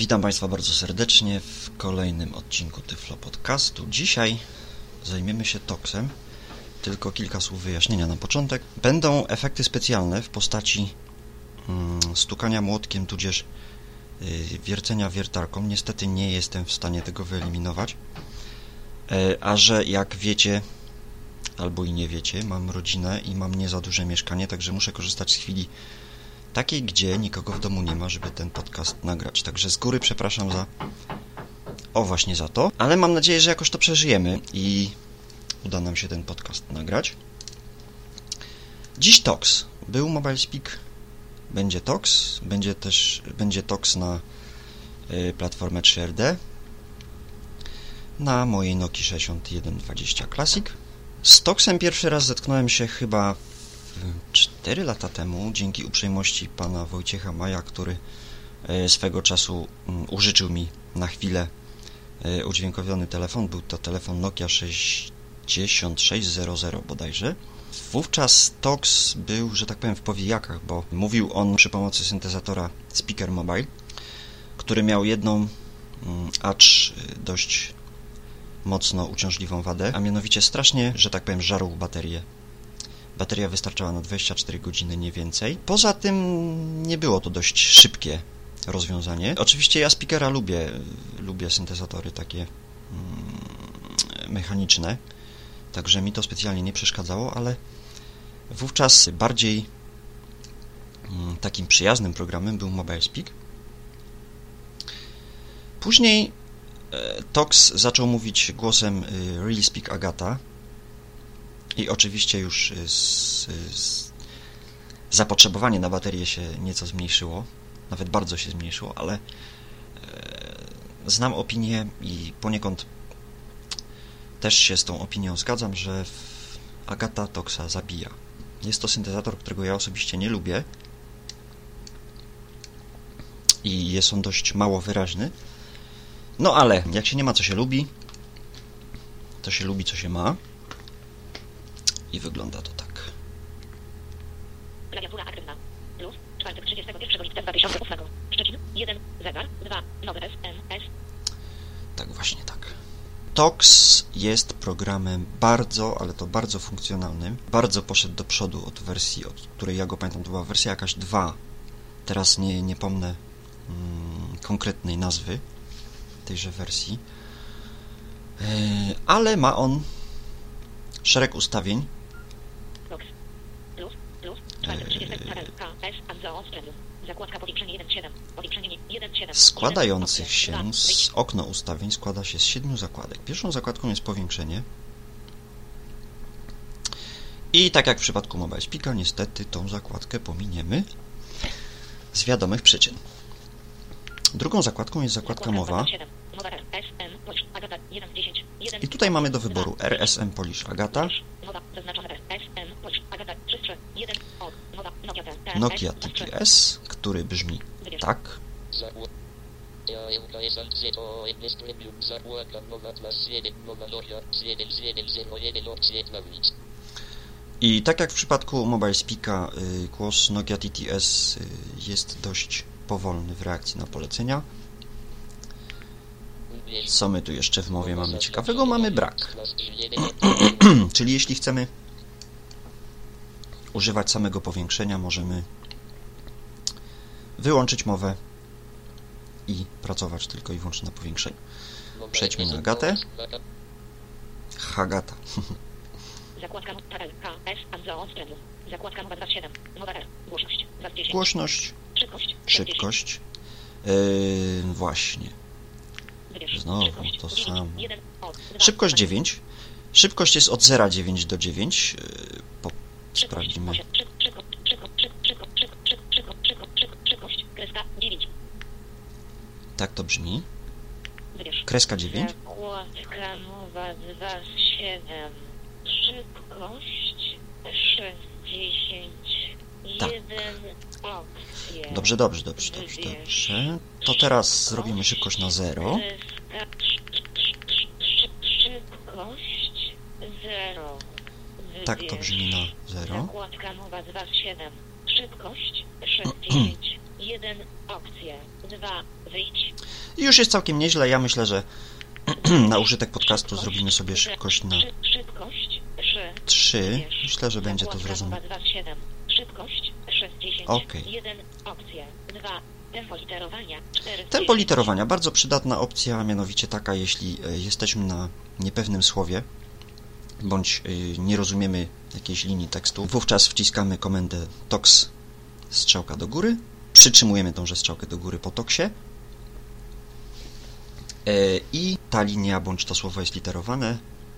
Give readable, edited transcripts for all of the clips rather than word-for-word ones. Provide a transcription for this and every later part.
Witam Państwa bardzo serdecznie w kolejnym odcinku Tyflo Podcastu. Dzisiaj zajmiemy się toksem. Tylko kilka słów wyjaśnienia na początek. Będą efekty specjalne w postaci stukania młotkiem, tudzież wiercenia wiertarką. Niestety nie jestem w stanie tego wyeliminować. A że jak wiecie, albo i nie wiecie, mam rodzinę i mam nie za duże mieszkanie, także muszę korzystać z chwili takiej, gdzie nikogo w domu nie ma, żeby ten podcast nagrać. Także z góry przepraszam właśnie za to, ale mam nadzieję, że jakoś to przeżyjemy i uda nam się ten podcast nagrać. Dziś toks. Był MobileSpeak, będzie toks, będzie toks na platformę 3RD, na mojej Nokii 6120 Classic. Z toksem pierwszy raz zetknąłem się chyba 4 lata temu, dzięki uprzejmości pana Wojciecha Maja, który swego czasu użyczył mi na chwilę udźwiękowiony telefon. Był to telefon Nokia 6600 bodajże. Wówczas toks był, że tak powiem, w powijakach, bo mówił on przy pomocy syntezatora Speaker Mobile, który miał jedną, acz dość mocno uciążliwą wadę, a mianowicie strasznie, że tak powiem, żarł baterię. Bateria wystarczała na 24 godziny, nie więcej. Poza tym nie było to dość szybkie rozwiązanie. Oczywiście ja speakera lubię syntezatory takie mechaniczne, także mi to specjalnie nie przeszkadzało, ale wówczas bardziej takim przyjaznym programem był MobileSpeak. Później toks zaczął mówić głosem RealSpeak Agata i oczywiście już zapotrzebowanie na baterię się nieco zmniejszyło, nawet bardzo się zmniejszyło, ale znam opinię i poniekąd też się z tą opinią zgadzam, że Agata toksa zabija. Jest to syntezator, którego ja osobiście nie lubię i jest on dość mało wyraźny. No ale jak się nie ma, co się lubi, to się lubi, co się ma. I wygląda to tak. Klawiatura aktywna. Plus, czwartek 31 lipca 2008. Szczecin, 1, zegar, 2, nowe SMS. Tak, właśnie tak. Toks jest programem bardzo, ale to bardzo funkcjonalnym. Bardzo poszedł do przodu od wersji, od której ja go pamiętam, to była wersja jakaś 2. Teraz nie pomnę konkretnej nazwy tejże wersji. Ale ma on szereg ustawień, składających się z okno ustawień składa się z 7 zakładek. Pierwszą zakładką jest powiększenie i tak jak w przypadku MobileSpeaka, niestety tą zakładkę pominiemy z wiadomych przyczyn. Drugą zakładką jest zakładka mowa i tutaj mamy do wyboru RSM Polish Agata, Nokia TTS, który brzmi tak. I tak jak w przypadku MobileSpeaka, głos Nokia TTS jest dość powolny w reakcji na polecenia. Co my tu jeszcze w mowie mamy ciekawego? Mamy brak. Czyli jeśli chcemy używać samego powiększenia, możemy wyłączyć mowę i pracować tylko i wyłącznie na powiększeniu. Przejdźmy na Agatę. Hagata. Zakładka Zakładka numer 27. Nowa R. Głośność. Głośność. Szybkość. Właśnie. Znowu to samo. Szybkość 9. Szybkość jest od 0,9 do 9. Sprawdzimy. Tak to brzmi. Kreska 9. Zakładka mowa 27. Szybkość 60. Tak. 1 opcje. Dobrze. To teraz zrobimy szybkość na 0. Szybkość 0. Tak to brzmi na 0. Zakładka mowa 27. Szybkość 69. 1 opcję. 2 wyjdź. I już jest całkiem nieźle. Ja myślę, że na użytek podcastu zrobimy sobie szybkość na Szybkość 3. Myślę, że będzie to zrozumiałe. Szybkość 60. OK. 1. Opcje 2. Tempo literowania 4. Tempo literowania. Bardzo przydatna opcja, mianowicie taka, jeśli jesteśmy na niepewnym słowie, bądź nie rozumiemy jakiejś linii tekstu, wówczas wciskamy komendę tox strzałka do góry, przytrzymujemy tąże strzałkę do góry po toksie i ta linia bądź to słowo jest literowane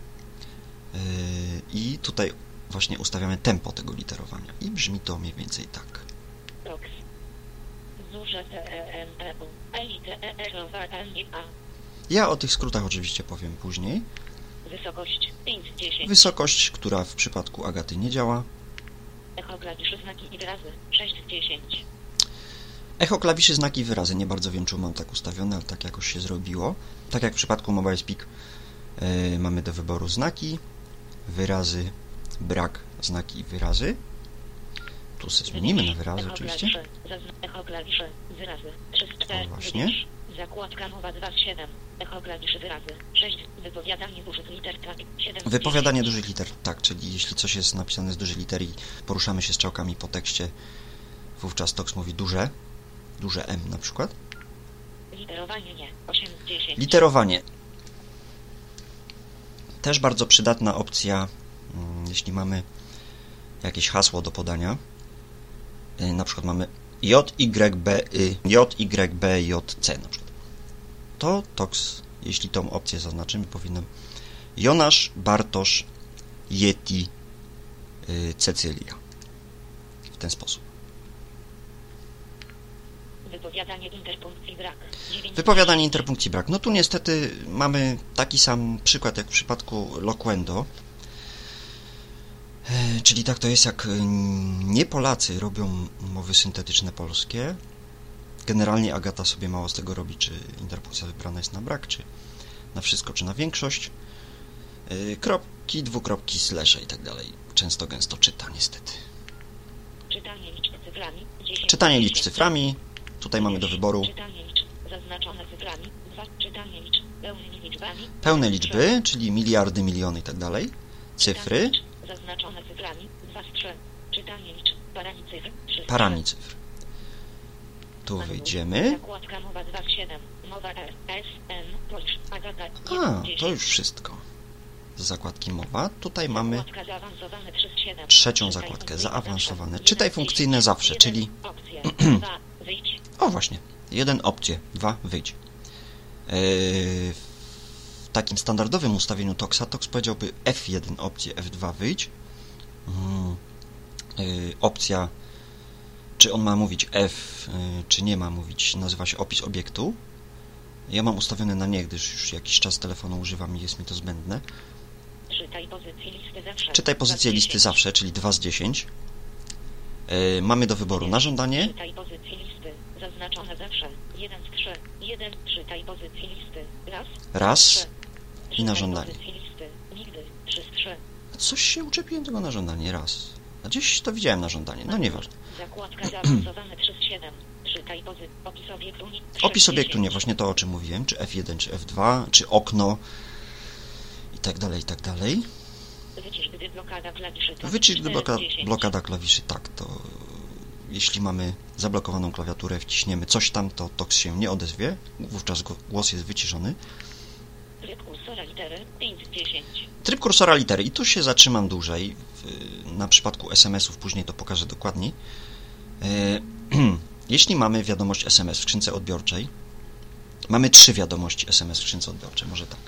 i tutaj właśnie ustawiamy tempo tego literowania i brzmi to mniej więcej tak. Tox. Duże T-E-M-E-U. L-I-T-E-R-O-W-N-I-A. Ja o tych skrótach oczywiście powiem później. Wysokość 5 z 10. Wysokość, która w przypadku Agaty nie działa. Echo klawiszy znaki i wyrazy 6 z 10. Echo klawiszy znaki i wyrazy. Nie bardzo wiem, czy mam tak ustawione, ale tak jakoś się zrobiło. Tak jak w przypadku Mobile Speak mamy do wyboru znaki, wyrazy, brak, znaki i wyrazy. Tu sobie zmienimy na wyrazy oczywiście. Echo klawisze, wyrazy 3 z 4. O, właśnie. Zakładka mowa 2 z 7. Echo klawiszy, wyrazy 6. Wypowiadanie dużych liter 7 z Wypowiadanie 10. dużych liter, tak, czyli jeśli coś jest napisane z dużej litery i poruszamy się strzałkami po tekście, wówczas TOX mówi duże M na przykład. Literowanie nie, 8 z 10. Literowanie. Też bardzo przydatna opcja, jeśli mamy jakieś hasło do podania. Na przykład mamy JYBYJC na przykład. To TOX, jeśli tą opcję zaznaczymy, powinno Jonasz, Bartosz, Yeti, Cecylia. W ten sposób. Wypowiadanie interpunkcji brak. 9 Wypowiadanie interpunkcji brak. No tu niestety mamy taki sam przykład jak w przypadku Loquendo. Czyli tak to jest, jak nie Polacy robią mowy syntetyczne polskie. Generalnie Agata sobie mało z tego robi, czy interpunkcja wybrana jest na brak, czy na wszystko, czy na większość. Kropki, dwukropki, slesze i tak dalej. Często gęsto czyta, niestety. Czytanie liczb cyframi. 10 Czytanie liczb cyframi. Tutaj mamy do wyboru Czytanie liczb zaznaczone cyframi. 2. Czytanie liczb pełnymi liczbami. pełne liczby, czyli miliardy, miliony i tak dalej. Cyfry, Zaznaczone cyframi 2 z 3. Czytanie liczb parami cyfr 3 z parami cyfr. Tu wyjdziemy. Zakładka mowa 2 z 7. Mowa R, S, N, Polish, Agata 1 A, z 10. to już wszystko. Z zakładki mowa. Tutaj mamy Zakładka zaawansowane 3 z 7. trzecią Czytaj zakładkę, funkcyjne zaawansowane. zawsze. Czytaj 1 z funkcyjne 10. zawsze, 1 czyli opcje 2. Wyjdź. o właśnie, 1 opcje, 2 wyjdź. W takim standardowym ustawieniu TOX powiedziałby F1 opcję, F2 wyjdź. Opcja, czy on ma mówić F, czy nie ma mówić, nazywa się opis obiektu. Ja mam ustawione na nie, gdyż już jakiś czas telefonu używam i jest mi to zbędne. Czytaj pozycję listy zawsze. Czytaj pozycję listy zawsze, czyli 2 z 10. Mamy do wyboru na żądanie. Czytaj pozycję listy. Zaznaczone zawsze. 1 z 3. 1. Czytaj pozycję listy. Raz. 3. I na Czytaj żądanie. pozycję listy. Nigdy. 3 z 3. Coś się uczepiłem tego na żądanie, raz. A gdzieś to widziałem na żądanie, no nieważne. Zakładka zaawansowane 3 z 7. Czytaj opis obiektu nie. Opis obiektu nie, właśnie to, o czym mówiłem, czy F1, czy F2, czy okno i tak dalej, i tak dalej. Wycisz, gdy blokada klawiszy. To Wycisz, gdy 4 z 10. blokada klawiszy, tak, to jeśli mamy zablokowaną klawiaturę, wciśniemy coś tam, to TOX się nie odezwie, wówczas głos jest wyciszony. Tryb kursora litery 5 z 10. Tryb kursora litery i tu się zatrzymam dłużej, na przypadku SMS-ów później to pokażę dokładniej. Jeśli mamy wiadomość SMS w skrzynce odbiorczej, mamy 3 wiadomości SMS w skrzynce odbiorczej, może tak.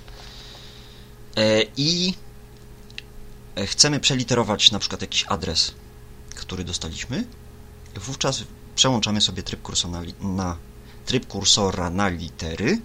I chcemy przeliterować na przykład jakiś adres, który dostaliśmy, wówczas przełączamy sobie tryb kursora na litery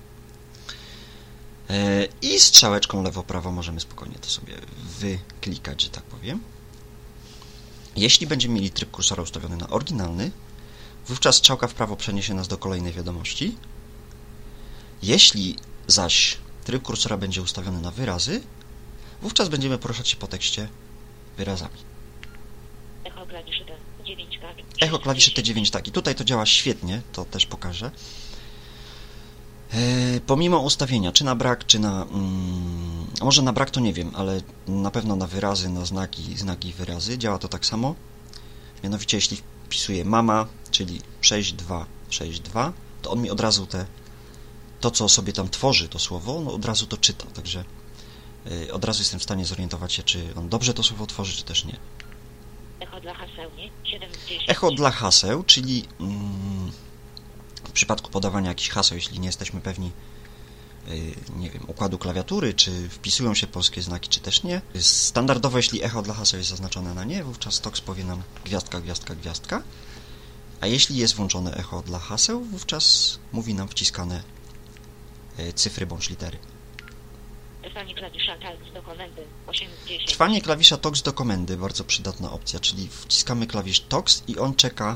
i strzałeczką lewo-prawo możemy spokojnie to sobie wyklikać, że tak powiem. Jeśli będziemy mieli tryb kursora ustawiony na oryginalny, wówczas strzałka w prawo przeniesie nas do kolejnej wiadomości. Jeśli zaś tryb kursora będzie ustawiony na wyrazy, wówczas będziemy poruszać się po tekście wyrazami. Echo klawiszy T9 tak. Echo klawiszy T9 tak. I tutaj to działa świetnie, to też pokażę. Pomimo ustawienia, czy na brak, czy na... a może na brak to nie wiem, ale na pewno na wyrazy, na znaki i wyrazy działa to tak samo. Mianowicie jeśli wpisuję mama, czyli 6262, to on mi od razu to, co sobie tam tworzy, to słowo, no od razu to czyta. Także od razu jestem w stanie zorientować się, czy on dobrze to słowo tworzy, czy też nie. Echo dla haseł, nie? 7 z 10. Echo dla haseł, czyli w przypadku podawania jakichś haseł, jeśli nie jesteśmy pewni, nie wiem, układu klawiatury, czy wpisują się polskie znaki, czy też nie. Standardowo, jeśli echo dla haseł jest zaznaczone na nie, wówczas TOX powie nam gwiazdka, gwiazdka, gwiazdka. A jeśli jest włączone echo dla haseł, wówczas mówi nam wciskane cyfry bądź litery. Trwanie klawisza TOX do komendy 8 z 10. Trwanie klawisza TOX do komendy, bardzo przydatna opcja, czyli wciskamy klawisz TOX i on czeka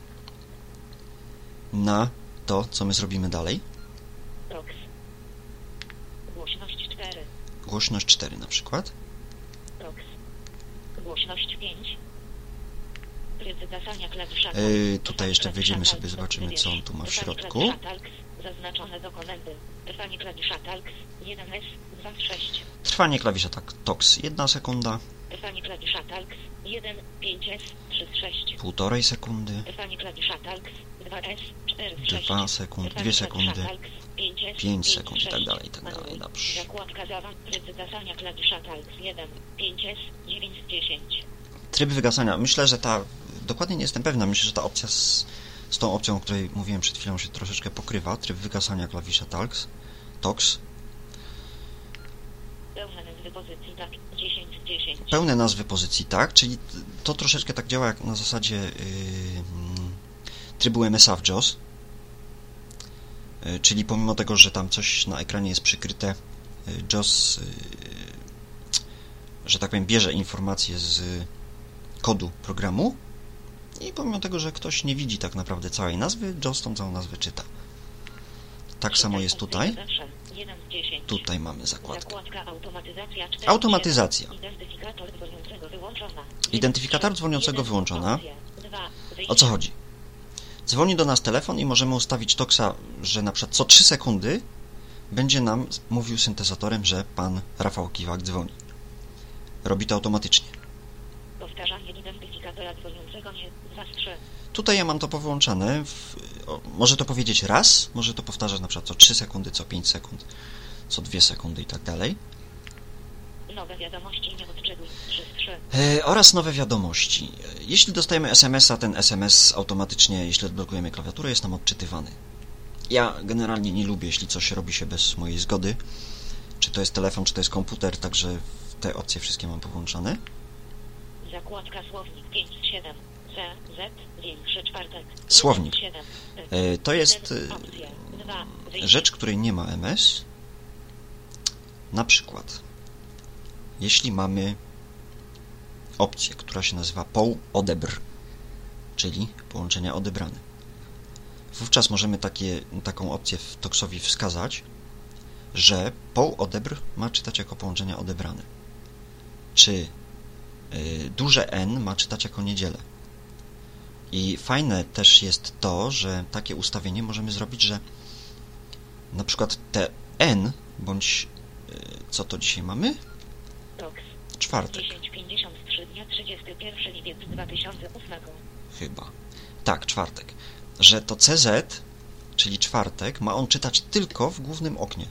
na to, co my zrobimy dalej. TOX. Głośność 4. Głośność 4 na przykład. TOX. Głośność 5. Tryb wygasania klawisza tutaj jeszcze wyjdziemy sobie, zobaczymy, co on tu ma w środku. Zaznaczone do komendy. Trwanie klawisza TOX 1S 2 z 6. Trwanie klawisza TOX 1 sekunda. Trwanie klawisza TOX 1 5S 3 z 6. 1,5 sekundy. Trwanie klawisza TOX 2S 4 z 6. 2 sekundy, 2 sekundy. 5 sekund i tak dalej, dobrze. Zakładka tryb wygasania klawisza TOX 1 5S 9 z 10. Tryb wygasania. Myślę, że dokładnie nie jestem pewna, myślę, że ta opcja z tą opcją, o której mówiłem przed chwilą, się troszeczkę pokrywa. Tryb wygasania klawisza TOX. Pełne nazwy pozycji tak 10 z 10. Pełne nazwy pozycji tak, czyli to troszeczkę tak działa jak na zasadzie trybu MSA w JAWS. Czyli pomimo tego, że tam coś na ekranie jest przykryte, JAWS, że tak powiem, bierze informacje z kodu programu i pomimo tego, że ktoś nie widzi tak naprawdę całej nazwy, JAWS tą całą nazwę czyta. Tak samo jest tutaj. Tutaj mamy zakładkę. Automatyzacja. Identyfikator dzwoniącego wyłączona. O co chodzi? Dzwoni do nas telefon i możemy ustawić TOXa, że na przykład co 3 sekundy będzie nam mówił syntezatorem, że pan Rafał Kiwak dzwoni. Robi to automatycznie. Powtarzanie identyfikatora dzwoniącego nie 2 z 3. Tutaj ja mam to powyłączane. Może to powiedzieć raz, może to powtarzać na przykład co 3 sekundy, co 5 sekund, co 2 sekundy i tak dalej. Nowe wiadomości nie odczytuj 3 z 3. Oraz nowe wiadomości. Jeśli dostajemy SMS-a, ten SMS automatycznie, jeśli odblokujemy klawiaturę, jest nam odczytywany. Ja generalnie nie lubię, jeśli coś robi się bez mojej zgody. Czy to jest telefon, czy to jest komputer, także te opcje wszystkie mam połączone. Zakładka słownik 5 z 7. C, Z, większy czwartek. Słownik. To jest rzecz, której nie ma MS. Na przykład, jeśli mamy opcję, która się nazywa POU odebr, czyli połączenia odebrane. Wówczas możemy taką opcję w TOXowi wskazać, że POU odebr ma czytać jako połączenia odebrane. Czy duże N ma czytać jako niedzielę. I fajne też jest to, że takie ustawienie możemy zrobić, że na przykład te N, bądź co to dzisiaj mamy? Czwartek. 10:53 dnia 31 lipiec 2008. Chyba. Tak, czwartek. Że to CZ, czyli czwartek, ma on czytać tylko w głównym oknie,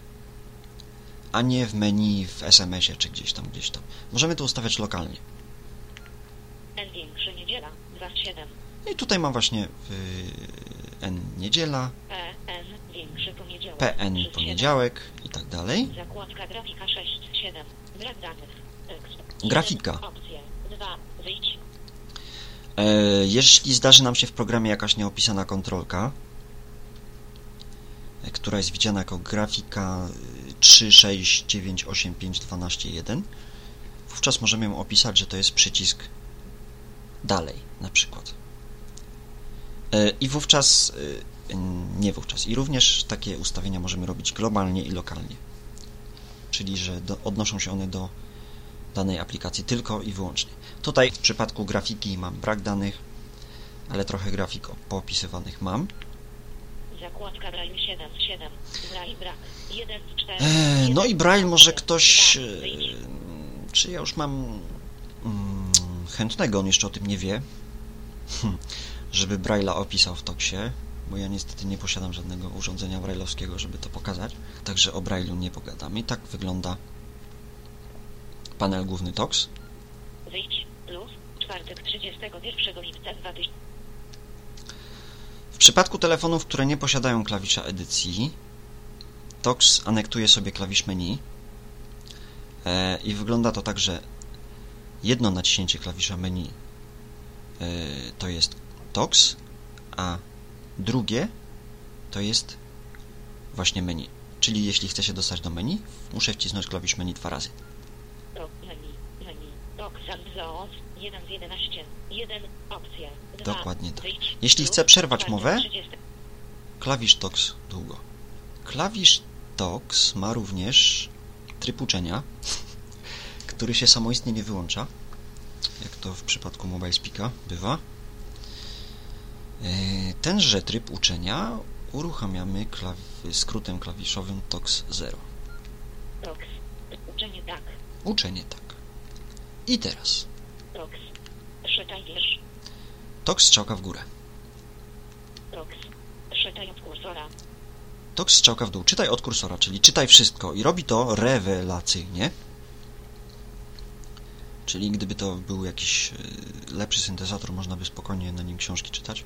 a nie w menu, w SMS-ie, czy gdzieś tam. Możemy to ustawiać lokalnie. N większy niedziela 2 z 7. I tutaj mam właśnie N niedziela, PN większy poniedziałek, PN poniedziałek i tak dalej. Zakładka grafika 6 z 7. Brak danych. Tekst. Grafika. Opcje 2. Wyjdź. Jeśli zdarzy nam się w programie jakaś nieopisana kontrolka, która jest widziana jako grafika 3698512.1, wówczas możemy ją opisać, że to jest przycisk dalej, na przykład. I również takie ustawienia możemy robić globalnie i lokalnie. Czyli, że odnoszą się one do danej aplikacji tylko i wyłącznie. Tutaj w przypadku grafiki mam brak danych, ale trochę grafik poopisywanych mam. Zakładka Braille 7 z 7. Braille brak. 1 z 4. No i Braille może ktoś... Czy ja już mam chętnego, on jeszcze o tym nie wie, żeby Braille'a opisał w Toxie, bo ja niestety nie posiadam żadnego urządzenia braille'owskiego, żeby to pokazać, także o Braille'u nie pogadamy. I tak wygląda panel główny Tox. Wyjdź, plus, czwartek 31 lipca 2000. W przypadku telefonów, które nie posiadają klawisza edycji, Tox anektuje sobie klawisz menu i wygląda to tak, że jedno naciśnięcie klawisza menu to jest Tox, a drugie to jest właśnie menu. Czyli jeśli chcę się dostać do menu, muszę wcisnąć klawisz menu 2 razy. Tox, 1 z 11, 1, opcja, 2, dokładnie tak. Wyjdź, Jeśli chcę przerwać mowę, 30. klawisz Tox długo. Klawisz Tox ma również tryb uczenia, który się samoistnie nie wyłącza, jak to w przypadku Mobile Speaka bywa. Tenże tryb uczenia uruchamiamy skrótem klawiszowym Tox 0. Tox, uczenie tak. Uczenie tak. I teraz Tox, czytaj wiersz. Tox strzałka w górę. Tox, czytaj od kursora. Tox strzałka w dół. Czytaj od kursora, czyli czytaj wszystko. I robi to rewelacyjnie. Czyli gdyby to był jakiś lepszy syntezator, można by spokojnie na nim książki czytać.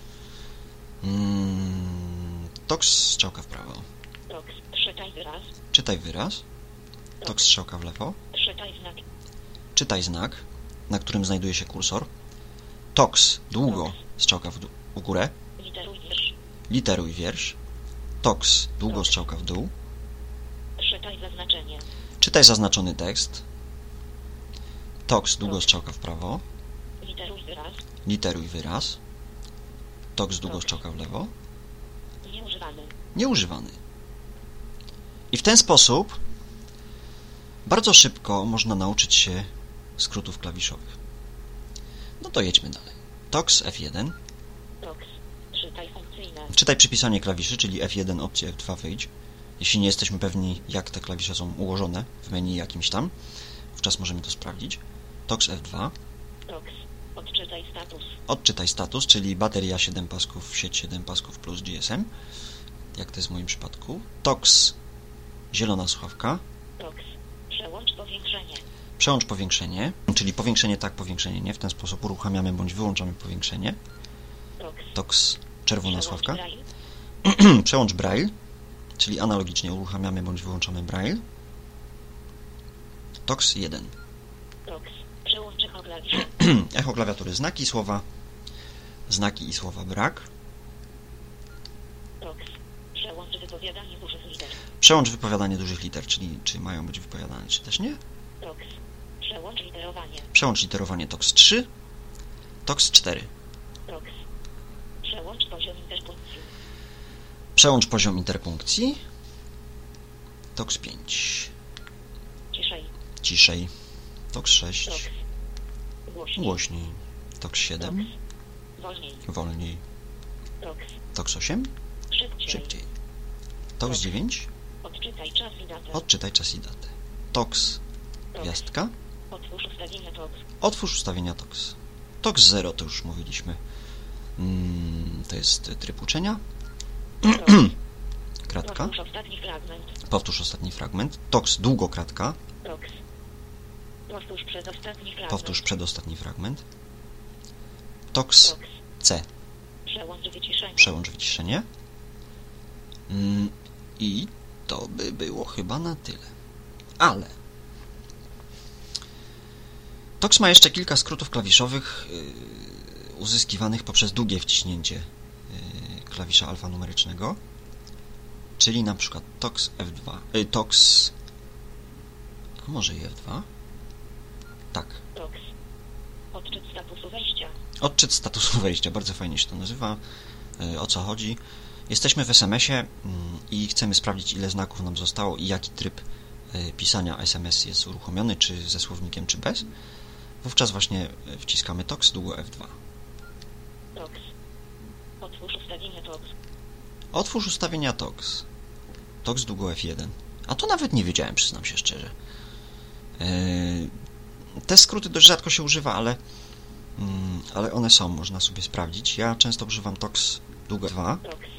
Tox strzałka w prawo. Tox, czytaj wyraz. Czytaj wyraz. Tox strzałka w lewo. Czytaj znak. Czytaj znak, na którym znajduje się kursor. Tox długo strzałka w górę. Literuj wiersz. Literuj wiersz. Tox długo strzałka w dół. Czytaj zaznaczenie. Czytaj zaznaczony tekst. Tox długo strzałka w prawo. Literuj wyraz. Literuj wyraz. Tox długo strzałka w lewo. Nieużywany. Nieużywany. I w ten sposób bardzo szybko można nauczyć się skrótów klawiszowych. No to jedźmy dalej. Tox F1. Tox, czytaj funkcyjne. Czytaj przypisanie klawiszy, czyli F1, opcję F2 wyjdź. Jeśli nie jesteśmy pewni, jak te klawisze są ułożone w menu jakimś tam, wówczas możemy to sprawdzić. Tox F2. Tox, odczytaj status. Odczytaj status, czyli bateria 7 pasków, sieć 7 pasków plus GSM, jak to jest w moim przypadku. Tox, zielona słuchawka. Tox, przełącz powiększenie. Przełącz powiększenie, czyli powiększenie tak, powiększenie nie. W ten sposób uruchamiamy bądź wyłączamy powiększenie. Tox, czerwona słuchawka. Przełącz Braille, czyli analogicznie uruchamiamy bądź wyłączamy Braille. Tox 1. Tox, przełącz echo klawisze. Echo klawiatury, znaki i słowa brak. Tox, przełącz wypowiadanie dużych liter. Przełącz wypowiadanie dużych liter, czyli czy mają być wypowiadane, czy też nie. Tox, przełącz literowanie. Przełącz literowanie Tox 3. Tox 4. Tox, przełącz poziom interpunkcji. Przełącz poziom interpunkcji. Tox 5. Ciszej. Ciszej. Tox 6. Tox, głośniej. Głośniej. Tox 7. Tox, wolniej. Wolniej. Tox, Tox 8. szybciej. Szybciej. Tox 9. Odczytaj czas i datę. Odczytaj czas i datę. Tox gwiazdka. Otwórz ustawienia Tox. Otwórz ustawienia Tox. Tox 0 to już mówiliśmy. To jest tryb uczenia. Kratka. Powtórz ostatni fragment. Powtórz ostatni fragment. Tox długo kratka. Tox. Powtórz przedostatni fragment. Powtórz przedostatni fragment. Tox C. Przełącz wyciszenie. Przełącz wyciszenie. I to by było chyba na tyle. Ale Tox ma jeszcze kilka skrótów klawiszowych uzyskiwanych poprzez długie wciśnięcie klawisza alfanumerycznego, czyli na przykład Tox F2, Tox, a może i F2? Tak. Tox. Odczyt statusu wejścia. Odczyt statusu wejścia, bardzo fajnie się to nazywa. O co chodzi? Jesteśmy w SMS-ie i chcemy sprawdzić, ile znaków nam zostało i jaki tryb pisania SMS jest uruchomiony, czy ze słownikiem, czy bez. Wówczas właśnie wciskamy Tox, długo F2. Tox. Otwórz ustawienia Tox. Otwórz ustawienia TOX. TOX długo F1. A to nawet nie wiedziałem, przyznam się szczerze. Te skróty dość rzadko się używa, ale one są, można sobie sprawdzić. Ja często używam TOX długo F2.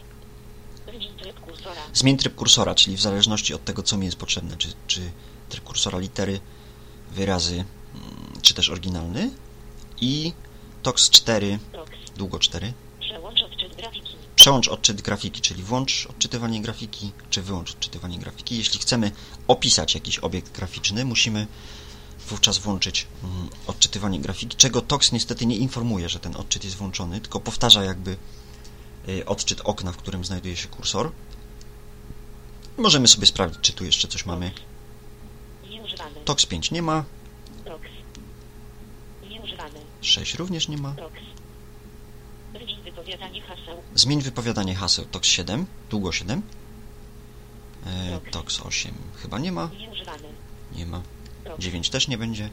Zmień tryb kursora, czyli w zależności od tego, co mi jest potrzebne, czy tryb kursora litery, wyrazy, czy też oryginalny. I TOX 4, długo 4. Przełącz odczyt grafiki, czyli włącz odczytywanie grafiki, czy wyłącz odczytywanie grafiki. Jeśli chcemy opisać jakiś obiekt graficzny, musimy wówczas włączyć odczytywanie grafiki, czego TOX niestety nie informuje, że ten odczyt jest włączony, tylko powtarza jakby odczyt okna, w którym znajduje się kursor. Możemy sobie sprawdzić, czy tu jeszcze coś mamy. TOX 5 nie ma. 6 również nie ma. Zmień wypowiadanie haseł. TOX 7, długo 7. TOX 8 chyba nie ma. Nie ma. 9 też nie będzie.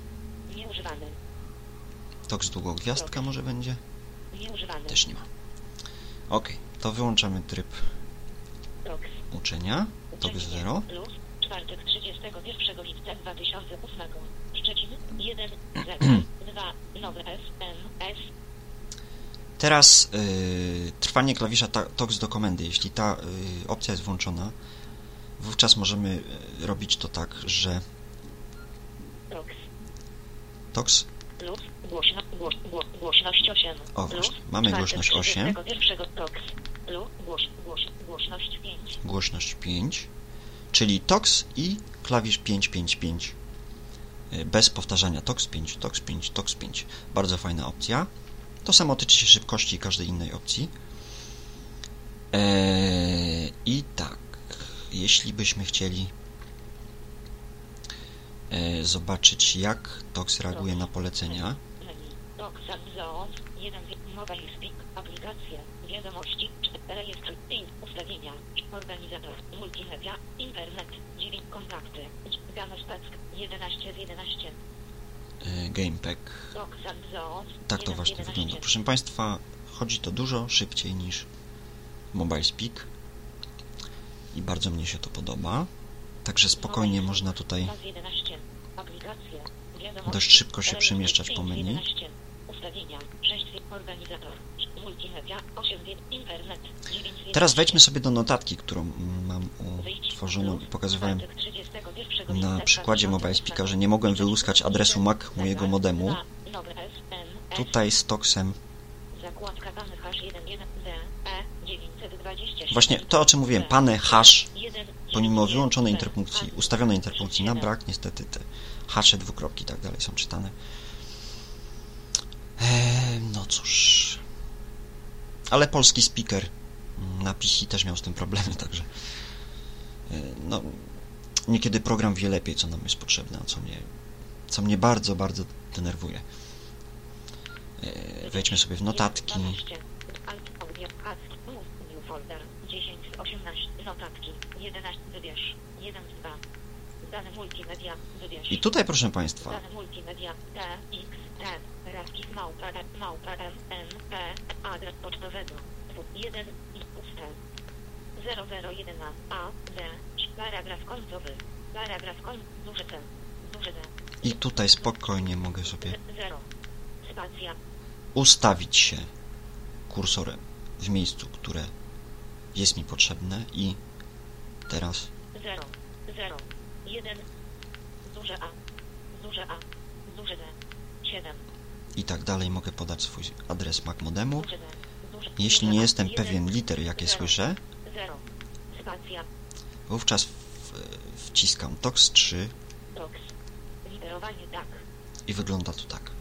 TOX długo gwiazdka może będzie. Też nie ma. Ok, to wyłączamy tryb uczenia. TOX 0. Czwartek 31 lipca 2008. Szczecin 1 Z 2 nowy S M S. Teraz trwanie klawisza TOX do komendy. Jeśli ta opcja jest włączona, wówczas możemy robić to tak, że TOX Głośność 8. O, właśnie. Mamy głośność 8. Głośność 5. Czyli TOX i klawisz 555. Bez powtarzania TOX 5, TOX 5, TOX 5. Bardzo fajna opcja. To samo tyczy się szybkości i każdej innej opcji. I tak, jeśli byśmy chcieli zobaczyć, jak TOX reaguje na polecenia. Aplikacje, wiadomości, rejestr, ustawienia, organizator, multimedia, internet, 9 kontakty, Ganostack, 11 z 11. Gamepack. Tak to właśnie wygląda. Proszę Państwa, chodzi to dużo szybciej niż Mobile Speak i bardzo mnie się to podoba. Także spokojnie można tutaj dość szybko się przemieszczać po menu. Teraz wejdźmy sobie do notatki, którą mam utworzoną i pokazywałem na przykładzie Mobile Speaka, że nie mogłem wyłuskać adresu MAC mojego modemu. Tutaj z TOX-em właśnie to, o czym mówiłem, pane hash, pomimo wyłączonej interpunkcji, ustawionej interpunkcji na brak, niestety te hasze, dwukropki i tak dalej są czytane. No cóż. Ale polski speaker na PC też miał z tym problemy, także no, niekiedy program wie lepiej, co nam jest potrzebne, a co mnie bardzo, bardzo denerwuje. Wejdźmy sobie w notatki. I tutaj, proszę Państwa, adres pocztowego 1 i puste 001 A D paragraf końcowy duże T duże D. I tutaj spokojnie mogę sobie ustawić się kursorem w miejscu, które jest mi potrzebne i teraz 1 duże A duże D 7 i tak dalej. Mogę podać swój adres MAC modemu. Jeśli nie jestem pewien liter, jakie słyszę, wówczas wciskam TOX 3 i wygląda to tak.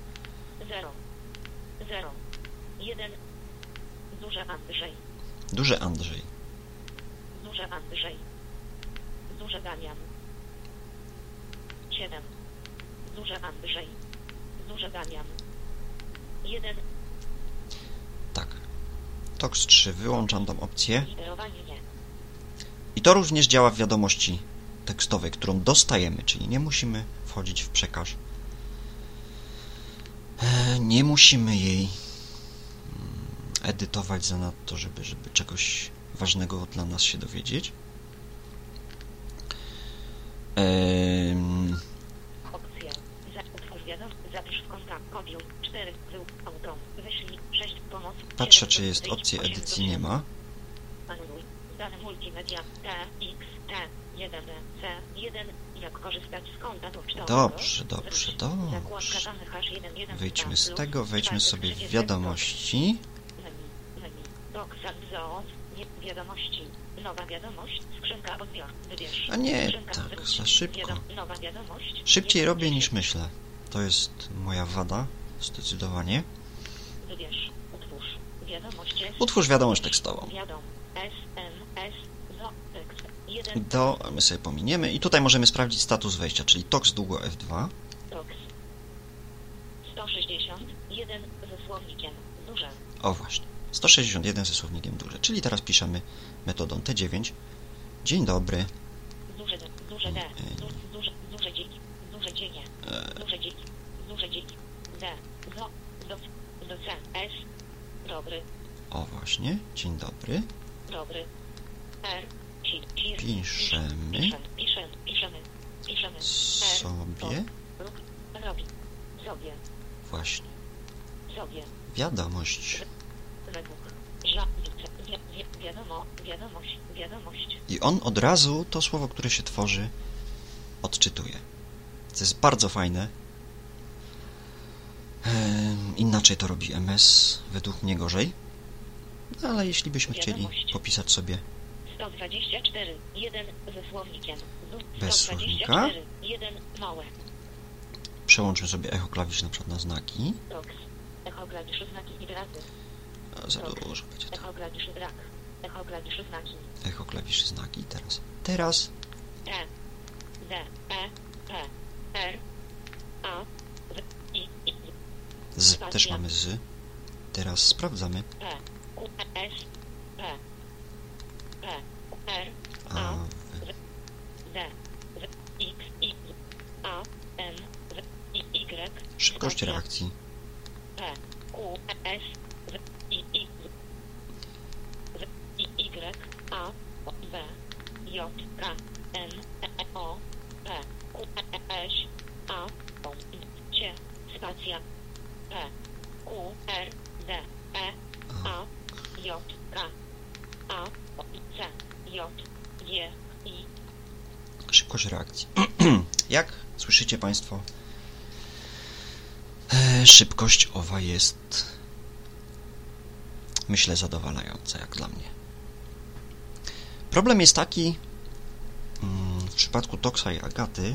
1 duże Andrzej duże Damian 7 duże Andrzej duże Damian 1. Tak. TOX 3 wyłączam tą opcję. I to również działa w wiadomości tekstowej, którą dostajemy, czyli nie musimy wchodzić w przekaz. Nie musimy jej edytować zanadto, żeby czegoś ważnego dla nas się dowiedzieć. Opcja. Utwórz wiadomość. Zapisz w kontakt. Kopiuj. 4. Auto. Wyślij. 6. Pomoc. Patrzę, czy jest opcji edycji. Nie ma. Anuluj. Dane multimedia. T, X, T, 1, C, 1. Jak korzystać z konta pocztowego? Dobrze. Zakładka danych H1, Wyjdźmy z tego, wejdźmy sobie w wiadomości. Menu. Doxa, Zoos. Wiadomości. Nowa wiadomość. Skrzynka odbiór. Wybierz. A nie, Skrzynka tak wróć. za szybko. Nowa wiadomość. Szybciej robię niż myślę. To jest moja wada, zdecydowanie. Wybierz. Utwórz. Wiadomość. Utwórz wiadomość tekstową. SMS. Zo. Tekst. 1. My sobie pominiemy i tutaj możemy sprawdzić status wejścia, czyli TOX długo F2. Tox. 161 ze słownikiem. Duże. O właśnie, 161 ze słownikiem duże, czyli teraz piszemy metodą T9. Dzień dobry. Duże D. Duże D. Duże dzień. Duże dzienie. Duże dzień. D. Zo. Do C. S. Dobry. O właśnie, dzień dobry. Dobry. R. Piszemy. Sobie. Robi. Sobie. Właśnie. Sobie. Wiadomość. Według. Wiadomość. I on od razu to słowo, które się tworzy, odczytuje. To jest bardzo fajne. Inaczej to robi MS, według mnie gorzej. No, ale jeśli byśmy chcieli popisać sobie 124, 1 ze słownikiem. bez słownika, 124, 1 małe. przełączmy sobie echo klawisz na przykład na znaki. Tox. Echo klawiszy znaki i wyrazy. Za dużo będzie to. Echo klawiszy brak. Echo klawiszy znaki. Echo klawiszy znaki. Teraz. E. D. E. P. R. A. W. I. Z też mamy z. Teraz sprawdzamy. P. Q. S. P. P. R. A. D. W. X. I. A. M. W. I. Y. Szybkość reakcji. P. Q. S. W. I. W. I. Y. A. B. J. K. N. O. P. Q. S. A. O. C. Spacja. P. Q. R. D. E. A. J. K. A. C. J. G. I. Szybkość reakcji. Jak słyszycie Państwo, szybkość owa jest, myślę, zadowalająca, jak dla mnie. Problem jest taki, w przypadku Toxa i Agaty,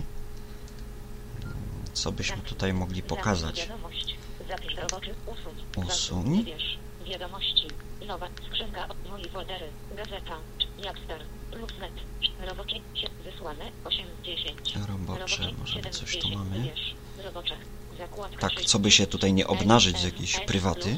co byśmy tutaj mogli pokazać. Zapisz roboczy. Usuń. Wybierz. Wiadomości. Nowa skrzynka od mojej foldery. Gazeta. Yapster. Luxnet. Robocze. Wysłane. 8-10. Robocze. Może coś tu mamy. Wybierz. Robocze. Zakładka. Tak, co by się tutaj nie obnażyć z jakiejś prywaty.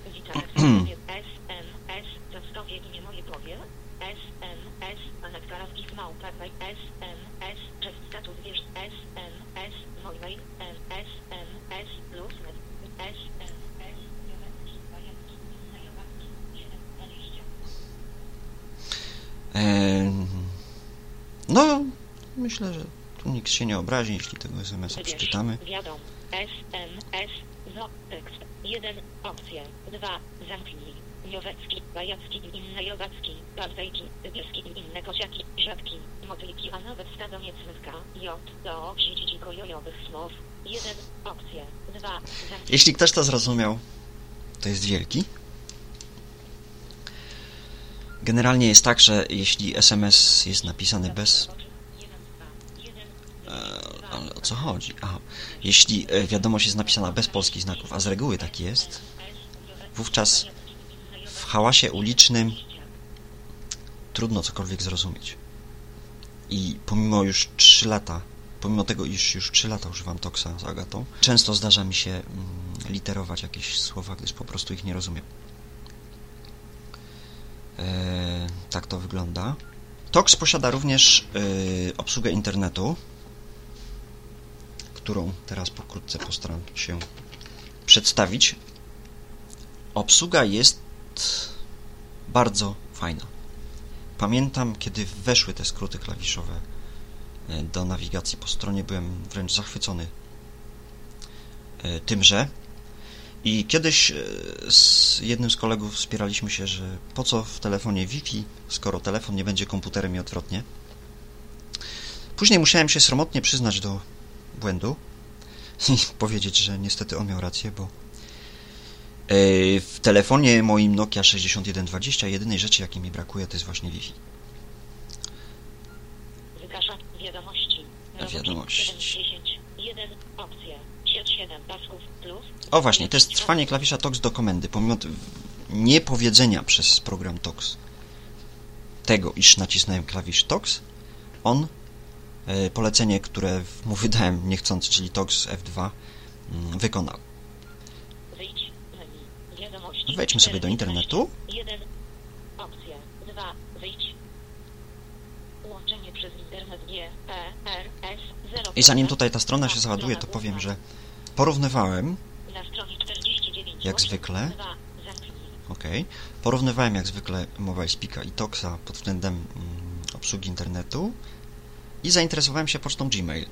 SMS. Zostawię imię moje powie. SMS. Anetka Rawkich Małpa. SMS. Cześć status wiesz. SMS. Mój mail. SMS. Luxnet. SMS. No, myślę, że tu nikt się nie obrazi, jeśli tego SMS-a przeczytamy. Wiadom. SMS. Zo. Tekst. 1. Opcje. 2. Zamknij. Jowiecki, Bajacki i inne Jowacki, Padwejki, Bielski i inne Kosiaki, Żabki, Motylki, a nawet stado niecmytka. J. Do dziko jojowych słów. 1. Opcje. 2. Zamknij. Jeśli ktoś to zrozumiał, to jest wielki. Generalnie jest tak, że jeśli SMS jest napisany bez... Ale o co chodzi? Aha. Jeśli wiadomość jest napisana bez polskich znaków, a z reguły tak jest, wówczas w hałasie ulicznym trudno cokolwiek zrozumieć. I pomimo już 3 lata, pomimo tego, iż już 3 lata używam Toxa z Agatą, często zdarza mi się literować jakieś słowa, gdyż po prostu ich nie rozumiem. Tak to wygląda. Tox posiada również obsługę internetu, którą teraz pokrótce postaram się przedstawić. Obsługa jest bardzo fajna. Pamiętam, kiedy weszły te skróty klawiszowe do nawigacji po stronie, byłem wręcz zachwycony tymże. I kiedyś z jednym z kolegów spieraliśmy się, że po co w telefonie Wi-Fi, skoro telefon nie będzie komputerem i odwrotnie. Później musiałem się sromotnie przyznać do błędu i powiedzieć, że niestety on miał rację, bo w telefonie moim Nokia 6120 jedynej rzeczy, jakiej mi brakuje, to jest właśnie Wi-Fi. Wykasza wiadomości. Wiadomości. 1 opcja. 7 pasków plus. O właśnie, to jest trwanie klawisza TOX do komendy. Pomimo niepowiedzenia przez program TOX tego, iż nacisnąłem klawisz TOX, on polecenie, które mu wydałem niechcący, czyli TOX F2, wykonał. Wyjdź menu. Wiadomości. Wejdźmy sobie do internetu. 1 opcja. 2 wyjdź. Łączenie przez internet GPRS 0. I zanim tutaj ta strona się załaduje, to powiem, że porównywałem na stronie 49 jak zwykle. Porównywałem jak zwykle MobileSpeaka i TOXa pod względem obsługi internetu i zainteresowałem się pocztą Gmail.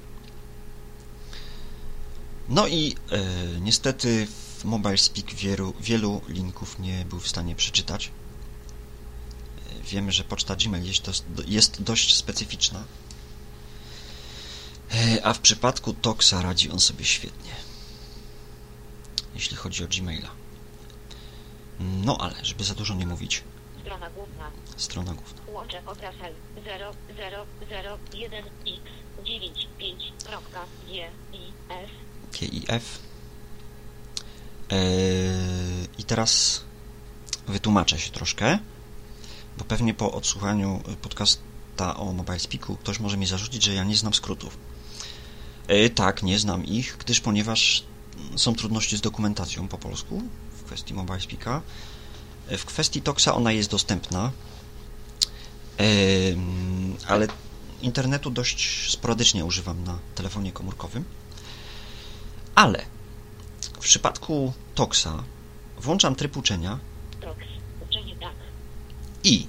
No i niestety w MobileSpeak wielu linków nie był w stanie przeczytać. Wiemy, że poczta Gmail jest dość specyficzna, a w przypadku TOXa radzi on sobie świetnie, jeśli chodzi o Gmaila. No ale, żeby za dużo nie mówić. Strona główna. Strona główna. Łączę obraz L00001x95.gif. I teraz wytłumaczę się troszkę, bo pewnie po odsłuchaniu podcasta o MobileSpeaku ktoś może mi zarzucić, że ja nie znam skrótów. Tak, nie znam ich, ponieważ są trudności z dokumentacją po polsku w kwestii MobileSpeaka. W kwestii TOXa ona jest dostępna, ale internetu dość sporadycznie używam na telefonie komórkowym. Ale w przypadku TOXa włączam tryb uczenia i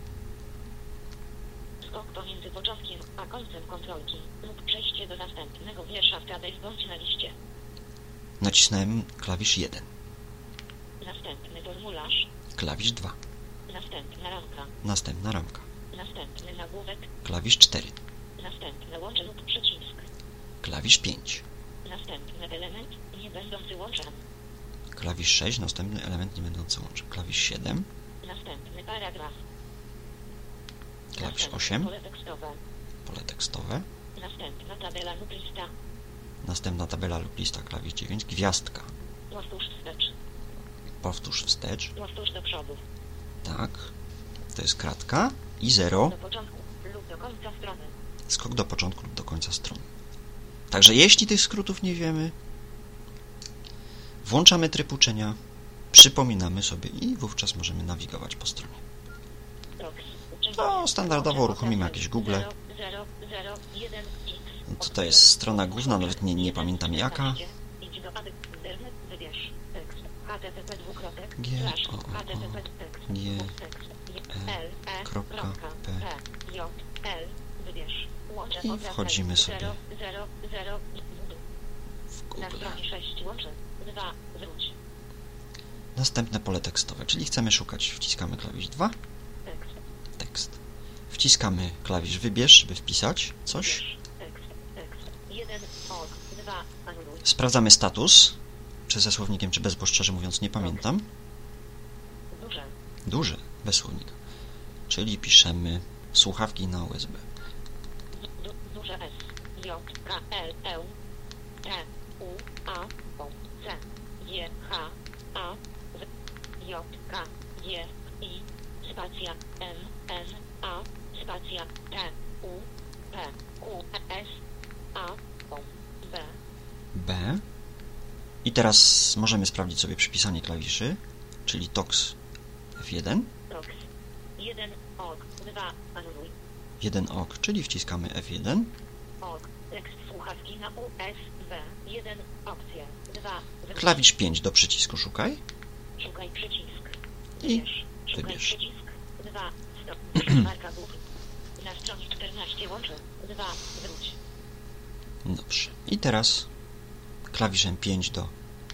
skok pomiędzy początkiem a końcem kontrolki lub przejście do następnego wiersza w tabeli bądź na liście. Nacisnąłem klawisz 1. Następny formularz. Klawisz 2. Następna ramka. Następna ramka. Następny nagłówek. Klawisz 4. Następne łącze lub przycisk. Klawisz 5. Następny element nie będący łączem. Klawisz 6. Następny element nie będący łączem. Klawisz 7. Następny paragraf. Klawisz 8. Pole tekstowe. Pole tekstowe. Następna tabela lub lista. Następna tabela lub lista. Klawisz 9. Gwiazdka. Powtórz wstecz. Powtórz wstecz. Powtórz do przodu. Tak. To jest kratka. I 0. Do początku lub do końca strony. Skok do początku lub do końca strony. Także jeśli tych skrótów nie wiemy, włączamy tryb uczenia, przypominamy sobie i wówczas możemy nawigować po stronie. To standardowo uruchomimy jakieś Google. Tutaj jest strona główna, nawet nie pamiętam jaka. I wchodzimy sobie w Google. Następne pole tekstowe, czyli chcemy szukać, wciskamy klawisz 2. Tekst. Wciskamy klawisz wybierz, żeby wpisać coś. Sprawdzamy status, czy ze słownikiem, czy bez, bo szczerze mówiąc nie pamiętam. Duże, bez słownika. Czyli piszemy słuchawki na USB. Duże S, J, K, L, E, T, U, A, O, C, G, H, A, W, J, K, G, I, spacja, M, N, A, spacja, T, U, P, Q, S, A, O, B. B. I teraz możemy sprawdzić sobie przypisanie klawiszy, czyli TOX F1. TOX 1, OK, 2, anuluj. 1 OK, czyli wciskamy F1. OK, tekst słuchawki na USB, 1, opcja, 2, klawisz 5 do przycisku szukaj. Szukaj przycisk. I Szukaj wybierz. przycisk. 2, Marka główna. Na stronie 14 łączy. 2. Wróć. Dobrze. I teraz klawiszem 5 do...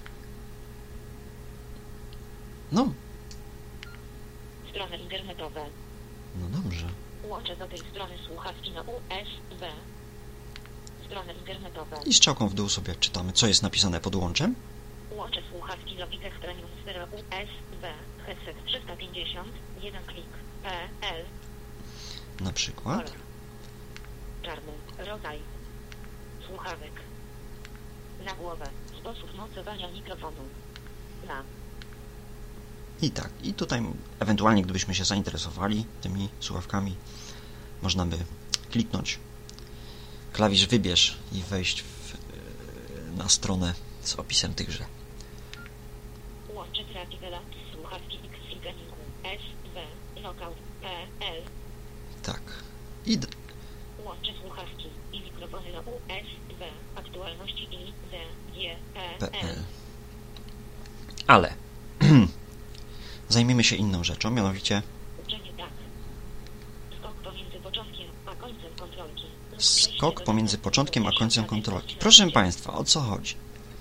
No. Strony internetowe. No dobrze. Łączę do tej strony słuchawki na USB. Strony internetowe. I strzałką w dół sobie czytamy, co jest napisane pod łączem. Łączę słuchawki Logitech Premium Stereo USB. Headset 350. 1 klik. PL. Na przykład. Kolor. Czarny. Rodzaj. Słuchawek. Na głowę. Sposób mocowania mikrofonu. Na. I tak. I tutaj ewentualnie, gdybyśmy się zainteresowali tymi słuchawkami, można by kliknąć klawisz wybierz i wejść na stronę z opisem tychże. Łączę Creative Labs, słuchawki XC Gamingu, SV, Knockout, PL. Tak. Łączę słuchawki i mikrofony na USB, aktualności i PL. Ale zajmiemy się inną rzeczą, mianowicie uczenie tak. Skok pomiędzy początkiem a końcem kontrolki. Skok pomiędzy początkiem a końcem kontrolki. Proszę Państwa, o co chodzi?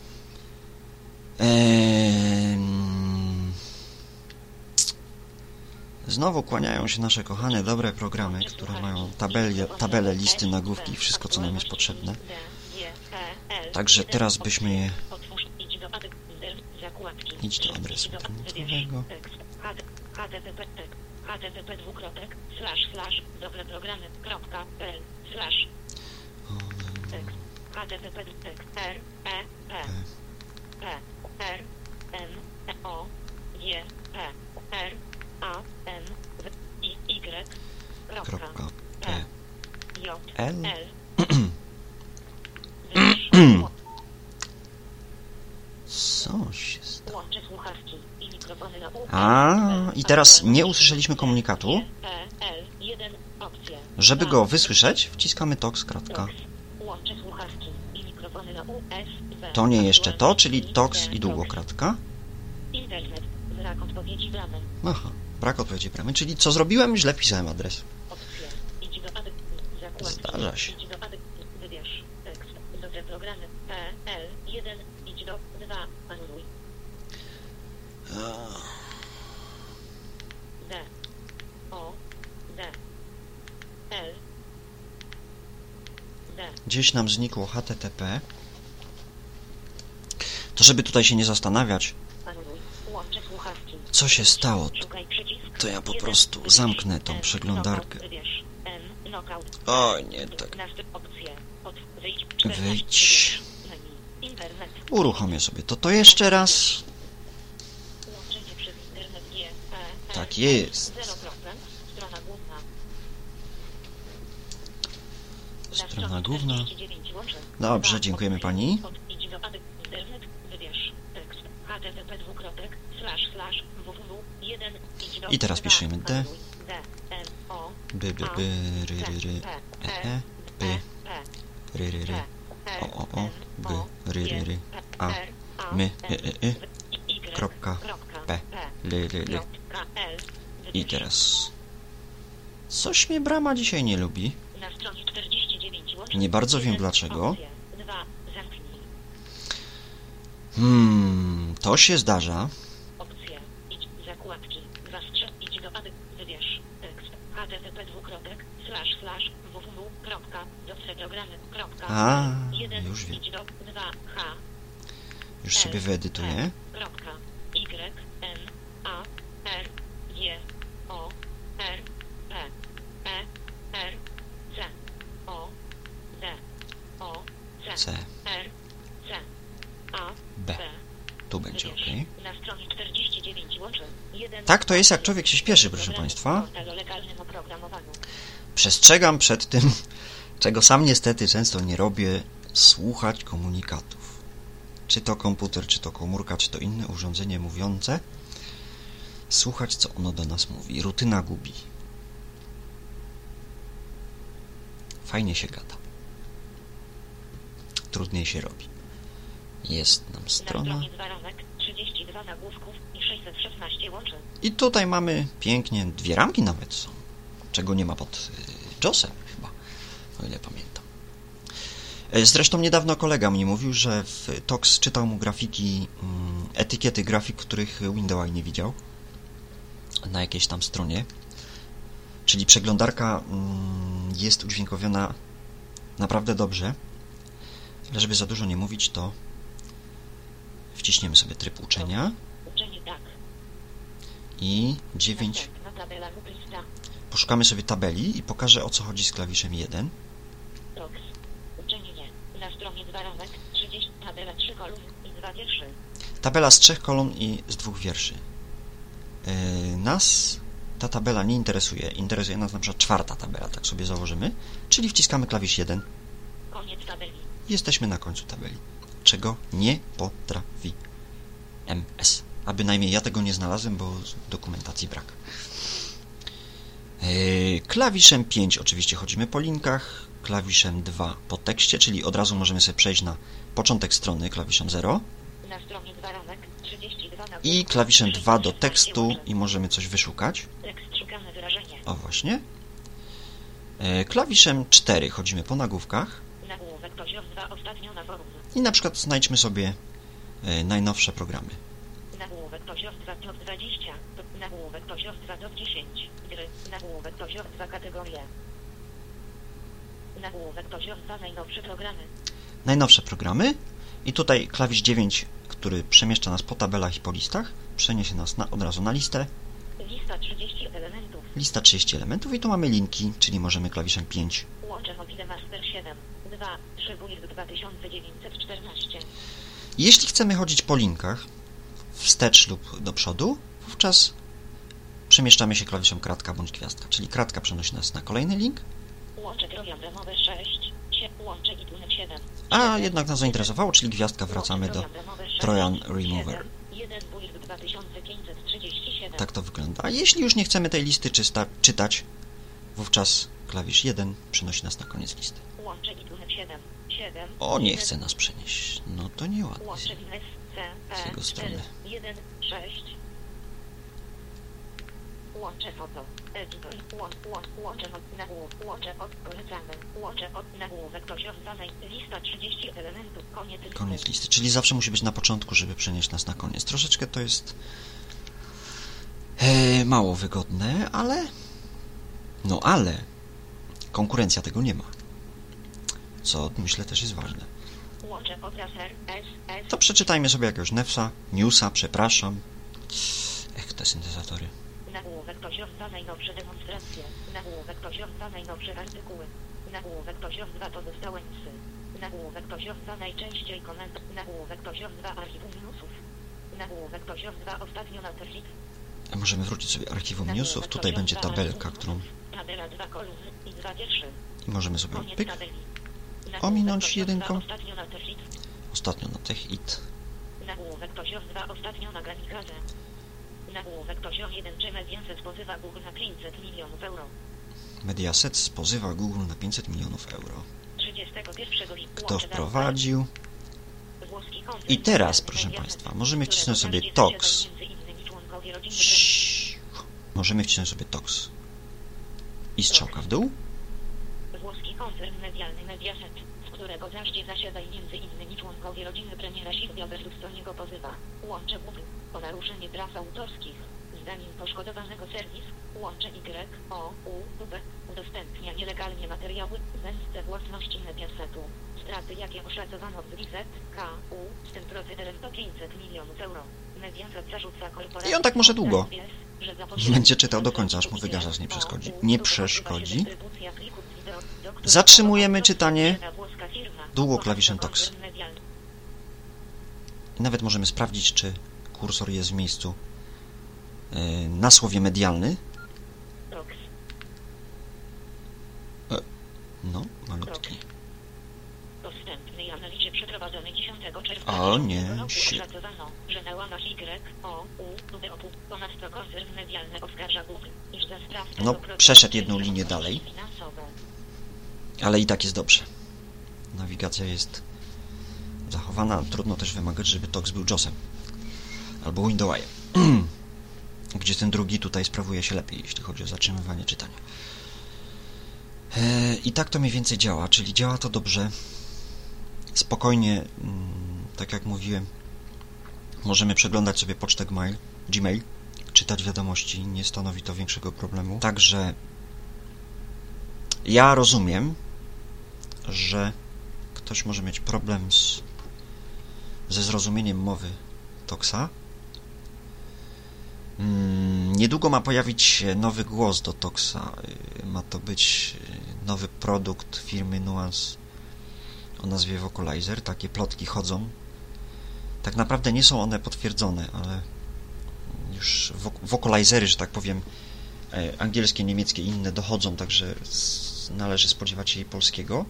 Znowu kłaniają się nasze kochane, dobre programy, które mają tabele, listy, nagłówki i wszystko, co nam jest potrzebne. Także teraz byśmy je... Idź do adresu internetowego. Co się stało? I teraz nie usłyszeliśmy komunikatu. Żeby go wysłyszeć, wciskamy TOX. To nie jeszcze to, czyli TOX i długokratka. Aha, brak odpowiedzi bramy. Czyli co zrobiłem? Źle wpisałem adres. Zdarza się. Gdzieś nam znikło HTTP. To żeby tutaj się nie zastanawiać, co się stało, to ja po prostu zamknę tą przeglądarkę. Oj, nie tak. Wyjdź. Uruchomię sobie to jeszcze raz. Tak jest. Strona główna. Dobrze, dziękujemy Pani. I teraz piszemy D. B, B, B, ry, ry, ry, e, B, ry, ry, ry, o, B, ry, ry, ry, a, my, kropka, P, l. I teraz... Coś mnie brama dzisiaj nie lubi. Nie bardzo wiem dlaczego. To się zdarza. A, już wiem. Już sobie wyedytuję. C. B. Tu będzie OK. Tak to jest, jak człowiek się śpieszy, proszę Państwa. Przestrzegam przed tym, czego sam niestety często nie robię, słuchać komunikatów. Czy to komputer, czy to komórka, czy to inne urządzenie mówiące. Słuchać, co ono do nas mówi. Rutyna gubi. Fajnie się gada. Trudniej się robi. Jest nam strona. I tutaj mamy pięknie, 2 ramki nawet są. czego nie ma pod JOS-em chyba, o ile pamiętam. Zresztą niedawno kolega mi mówił, że w TOX czytał mu grafiki, etykiety grafik, których Windows nie widział na jakiejś tam stronie. Czyli przeglądarka jest udźwiękowiona naprawdę dobrze, ale żeby za dużo nie mówić, to wciśniemy sobie tryb uczenia i 9. Poszukamy sobie tabeli i pokażę, o co chodzi z klawiszem 1. Na stronie 2 ramek, 30, tabela 3 kolumn i 2 wierszy. Tabela z 3 kolumn i z 2 wierszy. Nas ta tabela nie interesuje. Interesuje nas na przykład 4. tabela, tak sobie założymy. Czyli wciskamy klawisz 1. Koniec tabeli. Jesteśmy na końcu tabeli. Czego nie potrafi MS. A bynajmniej ja tego nie znalazłem, bo dokumentacji brak. Klawiszem 5 oczywiście chodzimy po linkach. Klawiszem 2 po tekście, czyli od razu możemy sobie przejść na początek strony klawiszem 0. Na stronie 2 ramek, 32 na I klawiszem 2 do tekstu i możemy coś wyszukać. Tekst szukane wyrażenie. O właśnie. Klawiszem 4 chodzimy po nagłówkach. Nagłówek poziom 2 ostatnio na forum. I na przykład znajdźmy sobie najnowsze programy. Nagłówek poziom 2 top 20. Nagłówek poziom 2 top 10. Gry. Nagłówek poziom 2 kategorie. Nagłówek poziom 2 najnowsze programy. Najnowsze programy. I tutaj klawisz 9, który przemieszcza nas po tabelach i po listach, przeniesie nas od razu na listę. Lista 30 elementów. Lista 30 elementów i tu mamy linki, czyli możemy klawiszem 5. Łącze Mobile Master 7. 2. Trybujesz 2914. Jeśli chcemy chodzić po linkach, wstecz lub do przodu, wówczas przemieszczamy się klawiszem kratka bądź gwiazdka, czyli kratka przenosi nas na kolejny link. Łącze Trojan ramowe 6. Łącze iTunes 7. A jednak nas zainteresowało, czyli gwiazdka, wracamy do Trojan Remover. 1 2537. Tak to wygląda. A jeśli już nie chcemy tej listy czytać, wówczas klawisz 1 przenosi nas na koniec listy. Łącze iTunes 7. O, nie chce nas przenieść. No to nieładnie. Łącze Z jego strony. 1, 6. Łącze foto. Editor. Łącze od polecamy. Łącze od nagłówek poziom 2. Lista 30 elementów. Koniec listy. Czyli zawsze musi być na początku, żeby przenieść nas na koniec. Troszeczkę to jest mało wygodne, ale konkurencja tego nie ma. Co myślę też jest ważne. Łącze obraz RSS. To przeczytajmy sobie jakiegoś newsa, przepraszam. Te syntezatory. Nagłówek poziom 2 najnowsze demonstracje. Nagłówek poziom 2 najnowsze artykuły. Nagłówek poziom 2 pozostałe newsy. Nagłówek poziom 2 najczęściej komentarz. Nagłówek poziom 2 archiwum newsów. Nagłówek poziom 2 ostatnio na terlik. A możemy wrócić sobie archiwum newsów. Tutaj będzie tabelka, którą... Tabela 2 kolumny i 2 wierszy. I możemy sobie pyk ominąć jedynką. Ostatnio na TechIt. Nagłówek poziom 2 ostatnio na Granikarze. Nagłówek poziom 1 czy Mediaset pozywa Google na 500 milionów euro. Mediaset pozywa Google na 500 milionów euro. 31 Kto wprowadził? I teraz, proszę Państwa, możemy wcisnąć sobie TOX. Możemy wcisnąć sobie TOX. I strzałka w dół. Włoski koncern medialny Mediaset, z którego zarządzie zasiada m.in. członkowie rodziny premiera Silvio Berlusconiego pozywa. Łącze Google o naruszenie praw autorskich. Zdaniem poszkodowanego serwis Łącze YOUTube udostępnia nielegalnie materiały zemsty własności Mediasetu. Straty, jakie oszacowano w ZKU z tym procederem to 500 milionów euro. Mediaset zarzuca korporacji. I on tak może długo. Będzie czytał do końca, aż mu wygaszacz nie przeszkodzi. Zatrzymujemy czytanie długo klawiszem TOX. I nawet możemy sprawdzić, czy kursor jest w miejscu na słowie medialny. No, malutki. Dostępnej analizie przeprowadzonej 10 czerwca o nie, oszacowano, że na łamach YOUTube ponad 100 koncern medialny oskarża Google, iż za sprawę no, przeszedł jedną linię dalej. Ale i tak jest dobrze. Nawigacja jest zachowana. Trudno też wymagać, żeby TOX był JOS-em albo Windows'em, gdzie ten drugi tutaj sprawuje się lepiej, jeśli chodzi o zatrzymywanie czytania. I tak to mniej więcej działa, czyli działa to dobrze. Spokojnie, tak jak mówiłem, możemy przeglądać sobie pocztę Gmail, czytać wiadomości, nie stanowi to większego problemu. Także ja rozumiem, że ktoś może mieć problem ze zrozumieniem mowy Toxa. Niedługo ma pojawić się nowy głos do Toxa. Ma to być nowy produkt firmy Nuance o nazwie Vocalizer. Takie plotki chodzą. Tak naprawdę nie są one potwierdzone, ale już Vocalizery, że tak powiem, angielskie, niemieckie i inne dochodzą, także należy spodziewać się i polskiego.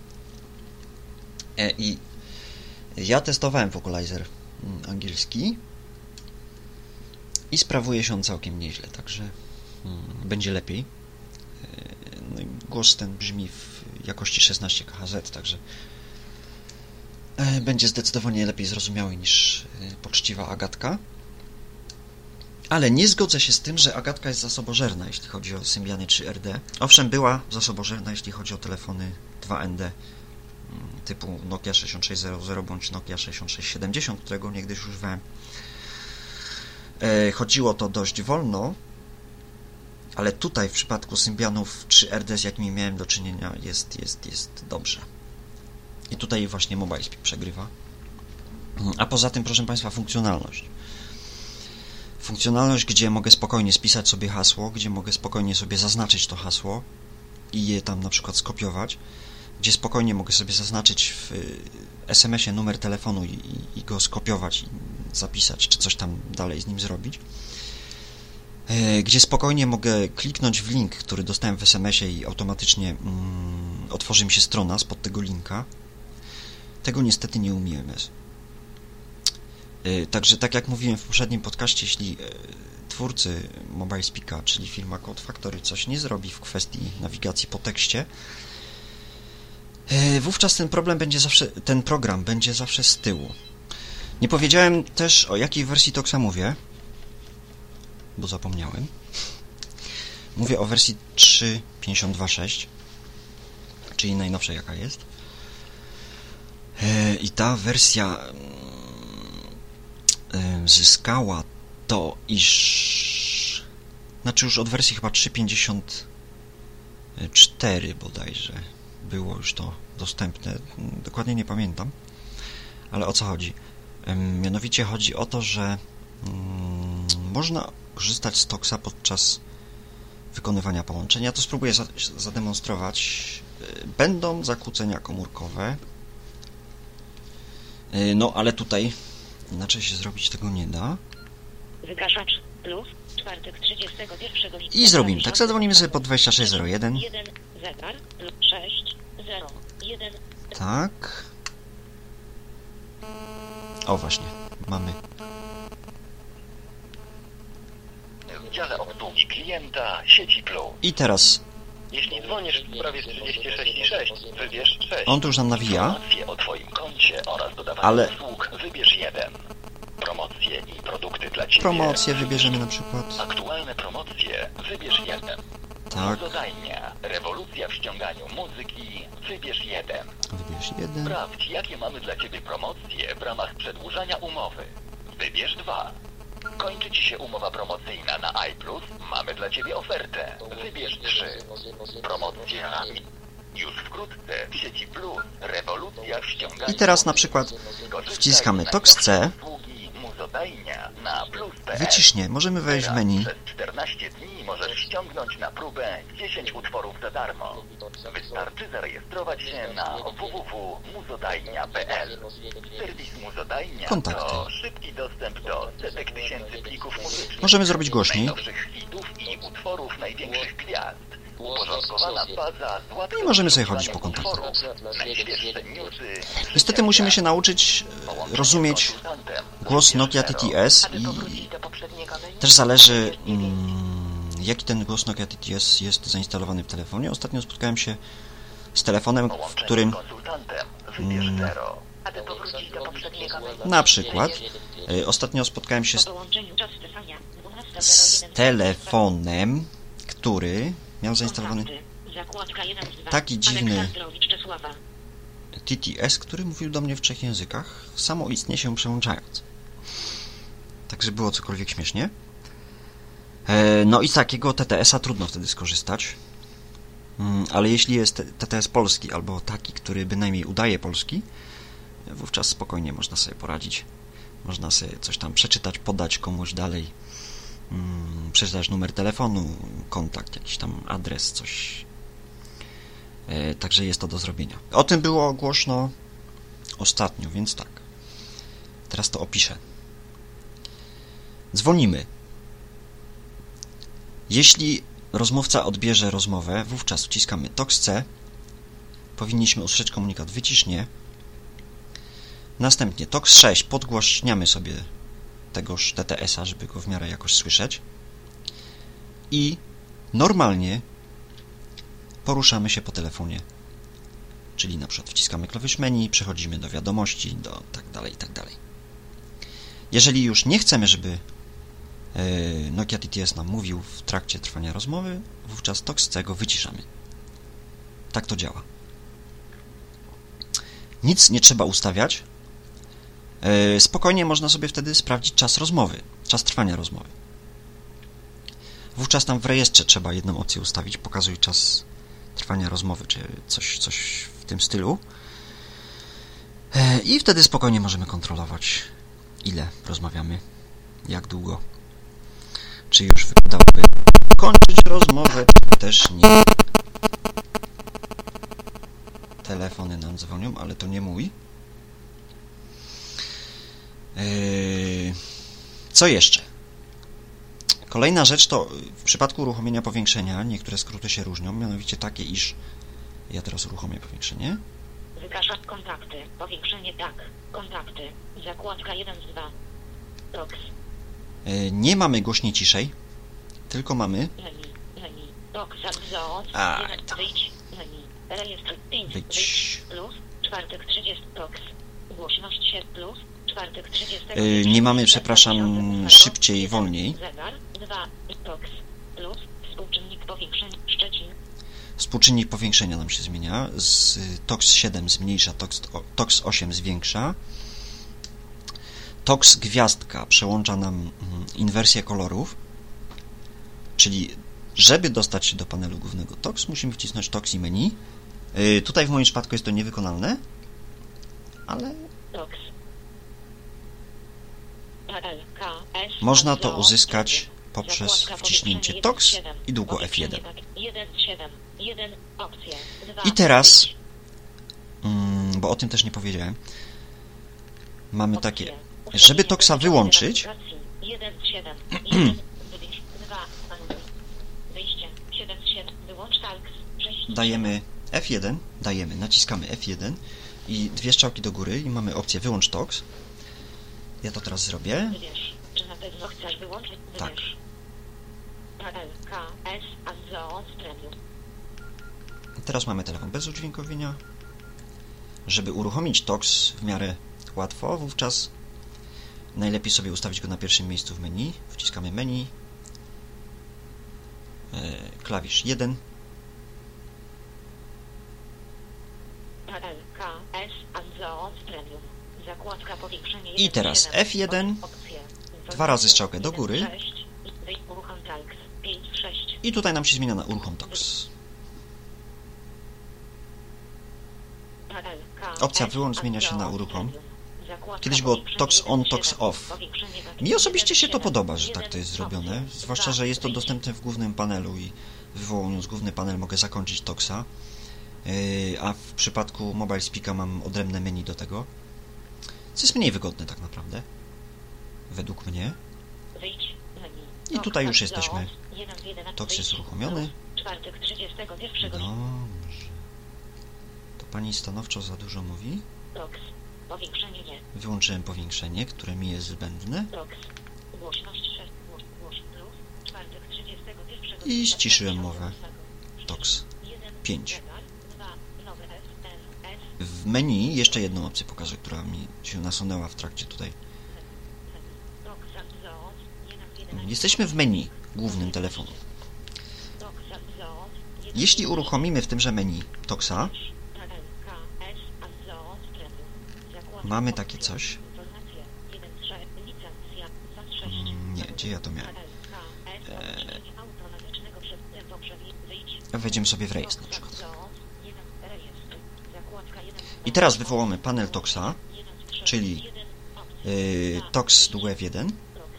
I ja testowałem Vocalizer angielski i sprawuje się on całkiem nieźle, także będzie lepiej. No i głos ten brzmi w jakości 16 kHz, także będzie zdecydowanie lepiej zrozumiały niż poczciwa Agatka. Ale nie zgodzę się z tym, że Agatka jest zasobożerna, jeśli chodzi o Symbiany 3RD. Owszem, była zasobożerna, jeśli chodzi o telefony 2ND typu Nokia 6600 bądź Nokia 6670, którego niegdyś używałem. Chodziło to dość wolno, ale tutaj w przypadku Symbianów 3RD, z jakimi miałem do czynienia, jest dobrze. I tutaj właśnie MobileSpeak przegrywa. A poza tym, proszę Państwa, funkcjonalność. Funkcjonalność, gdzie mogę spokojnie spisać sobie hasło, gdzie mogę spokojnie sobie zaznaczyć to hasło i je tam na przykład skopiować, gdzie spokojnie mogę sobie zaznaczyć w SMS-ie numer telefonu i go skopiować i zapisać, czy coś tam dalej z nim zrobić. Gdzie spokojnie mogę kliknąć w link, który dostałem w SMS-ie i automatycznie otworzy mi się strona spod tego linka. Tego niestety nie umie MS. Także tak jak mówiłem w poprzednim podcaście, jeśli twórcy MobileSpeaka, czyli firma Code Factory, coś nie zrobi w kwestii nawigacji po tekście, wówczas ten program będzie zawsze z tyłu. Nie powiedziałem też, o jakiej wersji Toxa mówię, bo zapomniałem. Mówię o wersji 3.52.6, czyli najnowszej jaka jest. I ta wersja zyskała to, iż... Znaczy już od wersji chyba 3.54 bodajże było już to dostępne. Dokładnie nie pamiętam. Ale o co chodzi? Mianowicie chodzi o to, że można korzystać z Toxa podczas wykonywania połączeń. Ja to spróbuję zademonstrować. Będą zakłócenia komórkowe. No, ale tutaj inaczej się zrobić tego nie da. Wygaszacz plus czwartek 31 lipca. I zrobimy tak. Zadzwonimy sobie po 2601. 1 zegar 601. Tak. O, właśnie. Mamy. W dziale obsługi klienta sieci Plus. I teraz Jeśli dzwonisz w sprawie 36,6, wybierz 6. on tu już nam nawija. Informacje o Twoim koncie oraz dodawanie Ale- usług wybierz 1. Promocje i produkty dla Ciebie. Promocję wybierzemy na przykład. Aktualne promocje wybierz 1. Tak. Zadania. Rewolucja w ściąganiu muzyki wybierz 1. Wybierz 1. Sprawdź, jakie mamy dla Ciebie promocje w ramach przedłużania umowy. Wybierz 2. Kończy Ci się umowa promocyjna na iPlus? Mamy dla Ciebie ofertę. Wybierz 3. Promocja. Już wkrótce w sieci Plus. Rewolucja w ściąganiu. I teraz na przykład wciskamy Tox C. Na plus.pl. Wyciśnie. Możemy wejść w menu. Przez 14 dni możesz ściągnąć na próbę 10 utworów za darmo. Wystarczy zarejestrować się na www.muzodajnia.pl. Serwis Muzodajnia Kontakty. to szybki dostęp do setek tysięcy plików muzycznych. Możemy zrobić głośniej. Najnowszych hitów i utworów największych gwiazd. Uporządkowana baza z łatwym I możemy sobie chodzić po utworów. kontaktach. Najświeższe newsy. Niestety musimy się nauczyć rozumieć głos Nokia TTS i też zależy, jaki ten głos Nokia TTS jest zainstalowany w telefonie. Ostatnio spotkałem się z telefonem, w którym na przykład ostatnio spotkałem się z telefonem, który miał zainstalowany Zakładka 1 z 2. Taki dziwny Aleksandrowicz Czesława. TTS, który mówił do mnie w 3 językach, samoistnie się przełączając. Także było cokolwiek śmiesznie. No i z takiego TTS-a trudno wtedy skorzystać. Ale jeśli jest TTS polski, albo taki, który bynajmniej udaje polski, wówczas spokojnie można sobie poradzić. Można sobie coś tam przeczytać, podać komuś dalej, przeczytać numer telefonu, kontakt, jakiś tam adres, coś. Także jest to do zrobienia. O tym było głośno ostatnio, więc tak. Teraz to opiszę. Dzwonimy. Jeśli rozmówca odbierze rozmowę, wówczas wciskamy TOX-C. Powinniśmy usłyszeć komunikat wycisznie. Następnie TOX-6 podgłośniamy sobie tegoż TTS-a, żeby go w miarę jakoś słyszeć. I normalnie poruszamy się po telefonie. Czyli na przykład wciskamy klawisz menu, przechodzimy do wiadomości, do tak dalej, i tak dalej. Jeżeli już nie chcemy, żeby Nokia TTS nam mówił w trakcie trwania rozmowy, wówczas TOX-C go wyciszamy. Tak to działa. Nic nie trzeba ustawiać. Spokojnie można sobie wtedy sprawdzić czas rozmowy, czas trwania rozmowy. Wówczas tam w rejestrze trzeba jedną opcję ustawić, pokazuj czas trwania rozmowy, czy coś w tym stylu. I wtedy spokojnie możemy kontrolować, ile rozmawiamy, jak długo. Czy już wypadałoby kończyć rozmowę, czy też nie. Telefony nam dzwonią, ale to nie mój. Co jeszcze? Kolejna rzecz to w przypadku uruchomienia powiększenia niektóre skróty się różnią, mianowicie takie, iż ja teraz uruchomię powiększenie. Wykasza kontakty. Powiększenie tak. Kontakty. Zakładka 1 z 2. TOX. Nie mamy głośniej ciszej, tylko mamy Menu. TOX. Zaoc. Wyjdź. Menu. Rejestr 5. Wyjdź. Plus. Czwartek 30. TOX. Głośność się plus. Czwartek 30. Nie mamy, przepraszam, szybciej i wolniej. Zegar 2. TOX. Plus. Współczynnik powiększenia. Szczecin. Współczynnik powiększenia nam się zmienia. Z TOX 7 zmniejsza, TOX 8 zwiększa. TOX gwiazdka przełącza nam inwersję kolorów, czyli żeby dostać się do panelu głównego TOX, musimy wcisnąć TOX i menu. Tutaj w moim przypadku jest to niewykonalne, ale można to uzyskać poprzez wciśnięcie TOX i długo F1. I teraz, bo o tym też nie powiedziałem, mamy takie, żeby TOX-a wyłączyć, dajemy F1, naciskamy F1 i 2 strzałki do góry i mamy opcję wyłącz TOX. Ja to teraz zrobię. Wybierz, czy na pewno chcesz wyłączyć? Tak. Teraz mamy telefon bez udźwiękowienia. Żeby uruchomić TOX w miarę łatwo, wówczas najlepiej sobie ustawić go na pierwszym miejscu w menu. Wciskamy menu, klawisz 1. I teraz F1, 2 razy strzałkę do góry i tutaj nam się zmienia na uruchom TOX. Opcja wyłącz zmienia się na uruchom. Kiedyś było TOX on, TOX off. Mi osobiście się to podoba, że tak to jest zrobione, zwłaszcza, że jest to dostępne w głównym panelu i wywołując główny panel mogę zakończyć TOX-a, a w przypadku Mobile Speaka mam odrębne menu do tego, co jest mniej wygodne tak naprawdę, według mnie. I tutaj już jesteśmy. TOX jest uruchomiony. Dobrze. To pani stanowczo za dużo mówi. Wyłączyłem powiększenie, które mi jest zbędne. I ściszyłem mowę. TOX 5. W menu jeszcze jedną opcję pokażę, która mi się nasunęła w trakcie tutaj. Jesteśmy w menu głównym telefonu. Jeśli uruchomimy w tymże menu Toxa, mamy takie coś. Nie, gdzie ja to miałem? Wejdziemy sobie w rejestr na przykład. I teraz wywołamy panel Toxa, czyli Tox długoew 1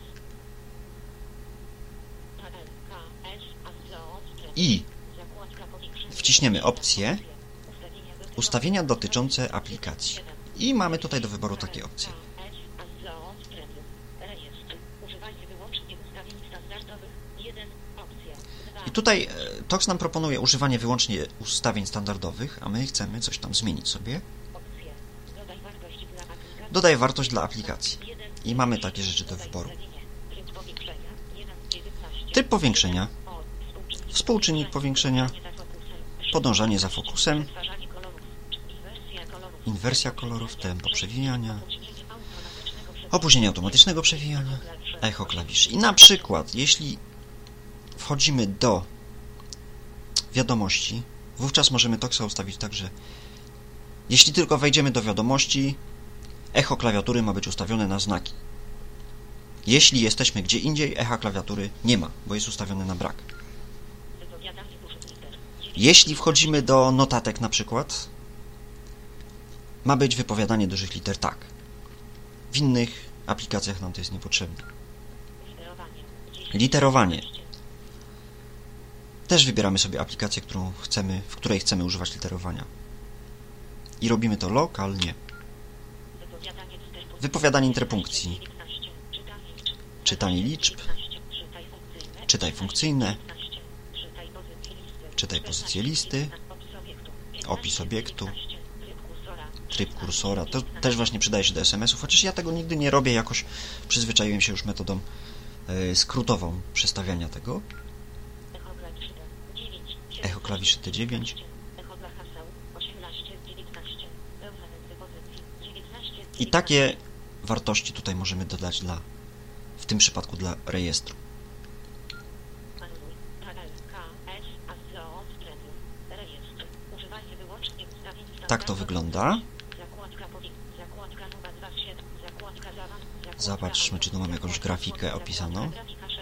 i wciśniemy opcję ustawienia dotyczące aplikacji. I mamy tutaj do wyboru takie opcje. I tutaj Tox nam proponuje używanie wyłącznie ustawień standardowych, a my chcemy coś tam zmienić sobie. Dodaj wartość dla aplikacji. I mamy takie rzeczy do wyboru. Typ powiększenia, współczynnik powiększenia, podążanie za fokusem, inwersja kolorów, tempo przewijania, opóźnienie automatycznego przewijania, echo klawiszy. I na przykład, jeśli wchodzimy do wiadomości, wówczas możemy Toxa ustawić tak, że jeśli tylko wejdziemy do wiadomości, echo klawiatury ma być ustawione na znaki. Jeśli jesteśmy gdzie indziej, echa klawiatury nie ma, bo jest ustawione na brak. Jeśli wchodzimy do notatek na przykład, ma być wypowiadanie dużych liter tak. W innych aplikacjach nam to jest niepotrzebne. Literowanie. Też wybieramy sobie aplikację, w której chcemy używać literowania. I robimy to lokalnie. Wypowiadanie interpunkcji. Czytanie liczb. Czytaj funkcyjne. Czytaj pozycję listy. Opis obiektu. Tryb kursora. To też właśnie przydaje się do SMS-ów, chociaż ja tego nigdy nie robię, jakoś przyzwyczaiłem się już metodą skrótową przestawiania tego. Echo klawiszy T9. I takie wartości tutaj możemy dodać w tym przypadku dla rejestru. Tak to wygląda. Zobaczmy, czy tu mamy jakąś grafikę opisaną.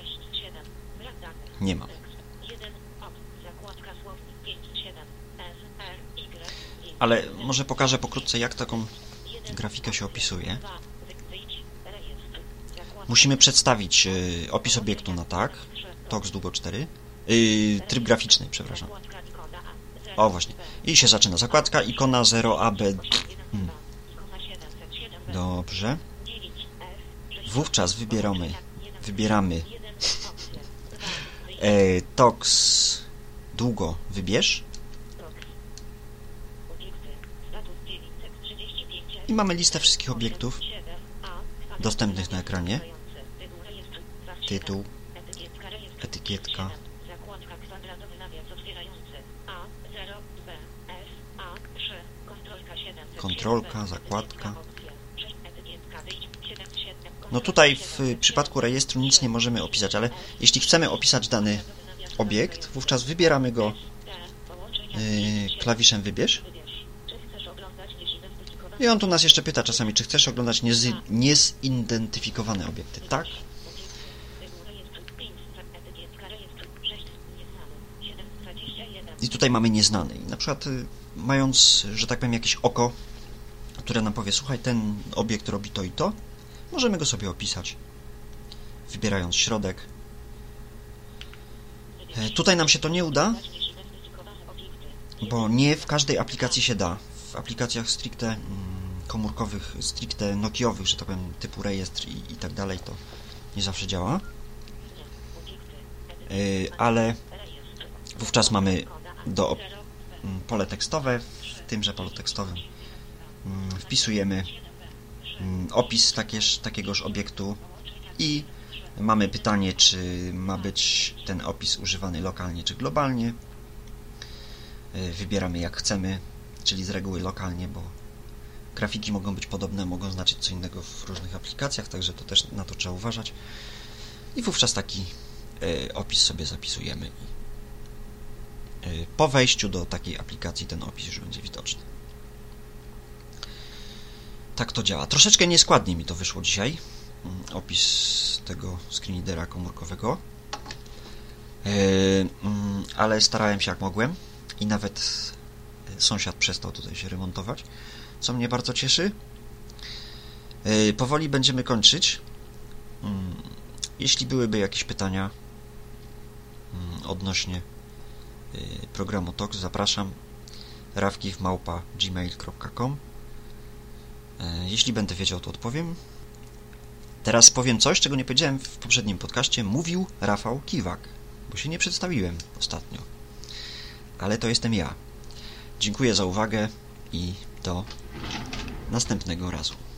Nie ma. Ale może pokażę pokrótce, jak taką grafikę się opisuje. Musimy przedstawić opis obiektu na tak. Tox długo 4. Tryb graficzny, przepraszam. O, właśnie. I się zaczyna zakładka, ikona 0AB. Dobrze. Wówczas wybieramy Tox długo wybierz. I mamy listę wszystkich obiektów dostępnych na ekranie. Tytuł, etykietka, kontrolka, zakładka. No tutaj w przypadku rejestru nic nie możemy opisać, ale jeśli chcemy opisać dany obiekt, wówczas wybieramy go klawiszem wybierz. I on tu nas jeszcze pyta czasami, czy chcesz oglądać niezidentyfikowane obiekty. Tak. I tutaj mamy nieznany. I na przykład mając, że tak powiem, jakieś oko, które nam powie, słuchaj, ten obiekt robi to i to, możemy go sobie opisać, wybierając środek. Tutaj nam się to nie uda, bo nie w każdej aplikacji się da. W aplikacjach stricte komórkowych, stricte nokiowych, że tak powiem, typu rejestr i tak dalej, to nie zawsze działa. Ale wówczas mamy pole tekstowe. W tymże polu tekstowym wpisujemy opis takiegoż obiektu i mamy pytanie, czy ma być ten opis używany lokalnie czy globalnie. Wybieramy jak chcemy, czyli z reguły lokalnie, bo grafiki mogą być podobne, mogą znaczyć co innego w różnych aplikacjach, także to też na to trzeba uważać. I wówczas taki opis sobie zapisujemy Po wejściu do takiej aplikacji ten opis już będzie widoczny. Tak to działa. Troszeczkę nieskładnie mi to wyszło dzisiaj. Opis tego screenreadera komórkowego. Ale starałem się jak mogłem i nawet sąsiad przestał tutaj się remontować, co mnie bardzo cieszy. Powoli będziemy kończyć. Jeśli byłyby jakieś pytania odnośnie programu TOX, zapraszam. rawkiw@gmail.com. Jeśli będę wiedział, to odpowiem. Teraz powiem coś, czego nie powiedziałem w poprzednim podcaście. Mówił Rafał Kiwak, bo się nie przedstawiłem ostatnio. Ale to jestem ja. Dziękuję za uwagę i do następnego razu.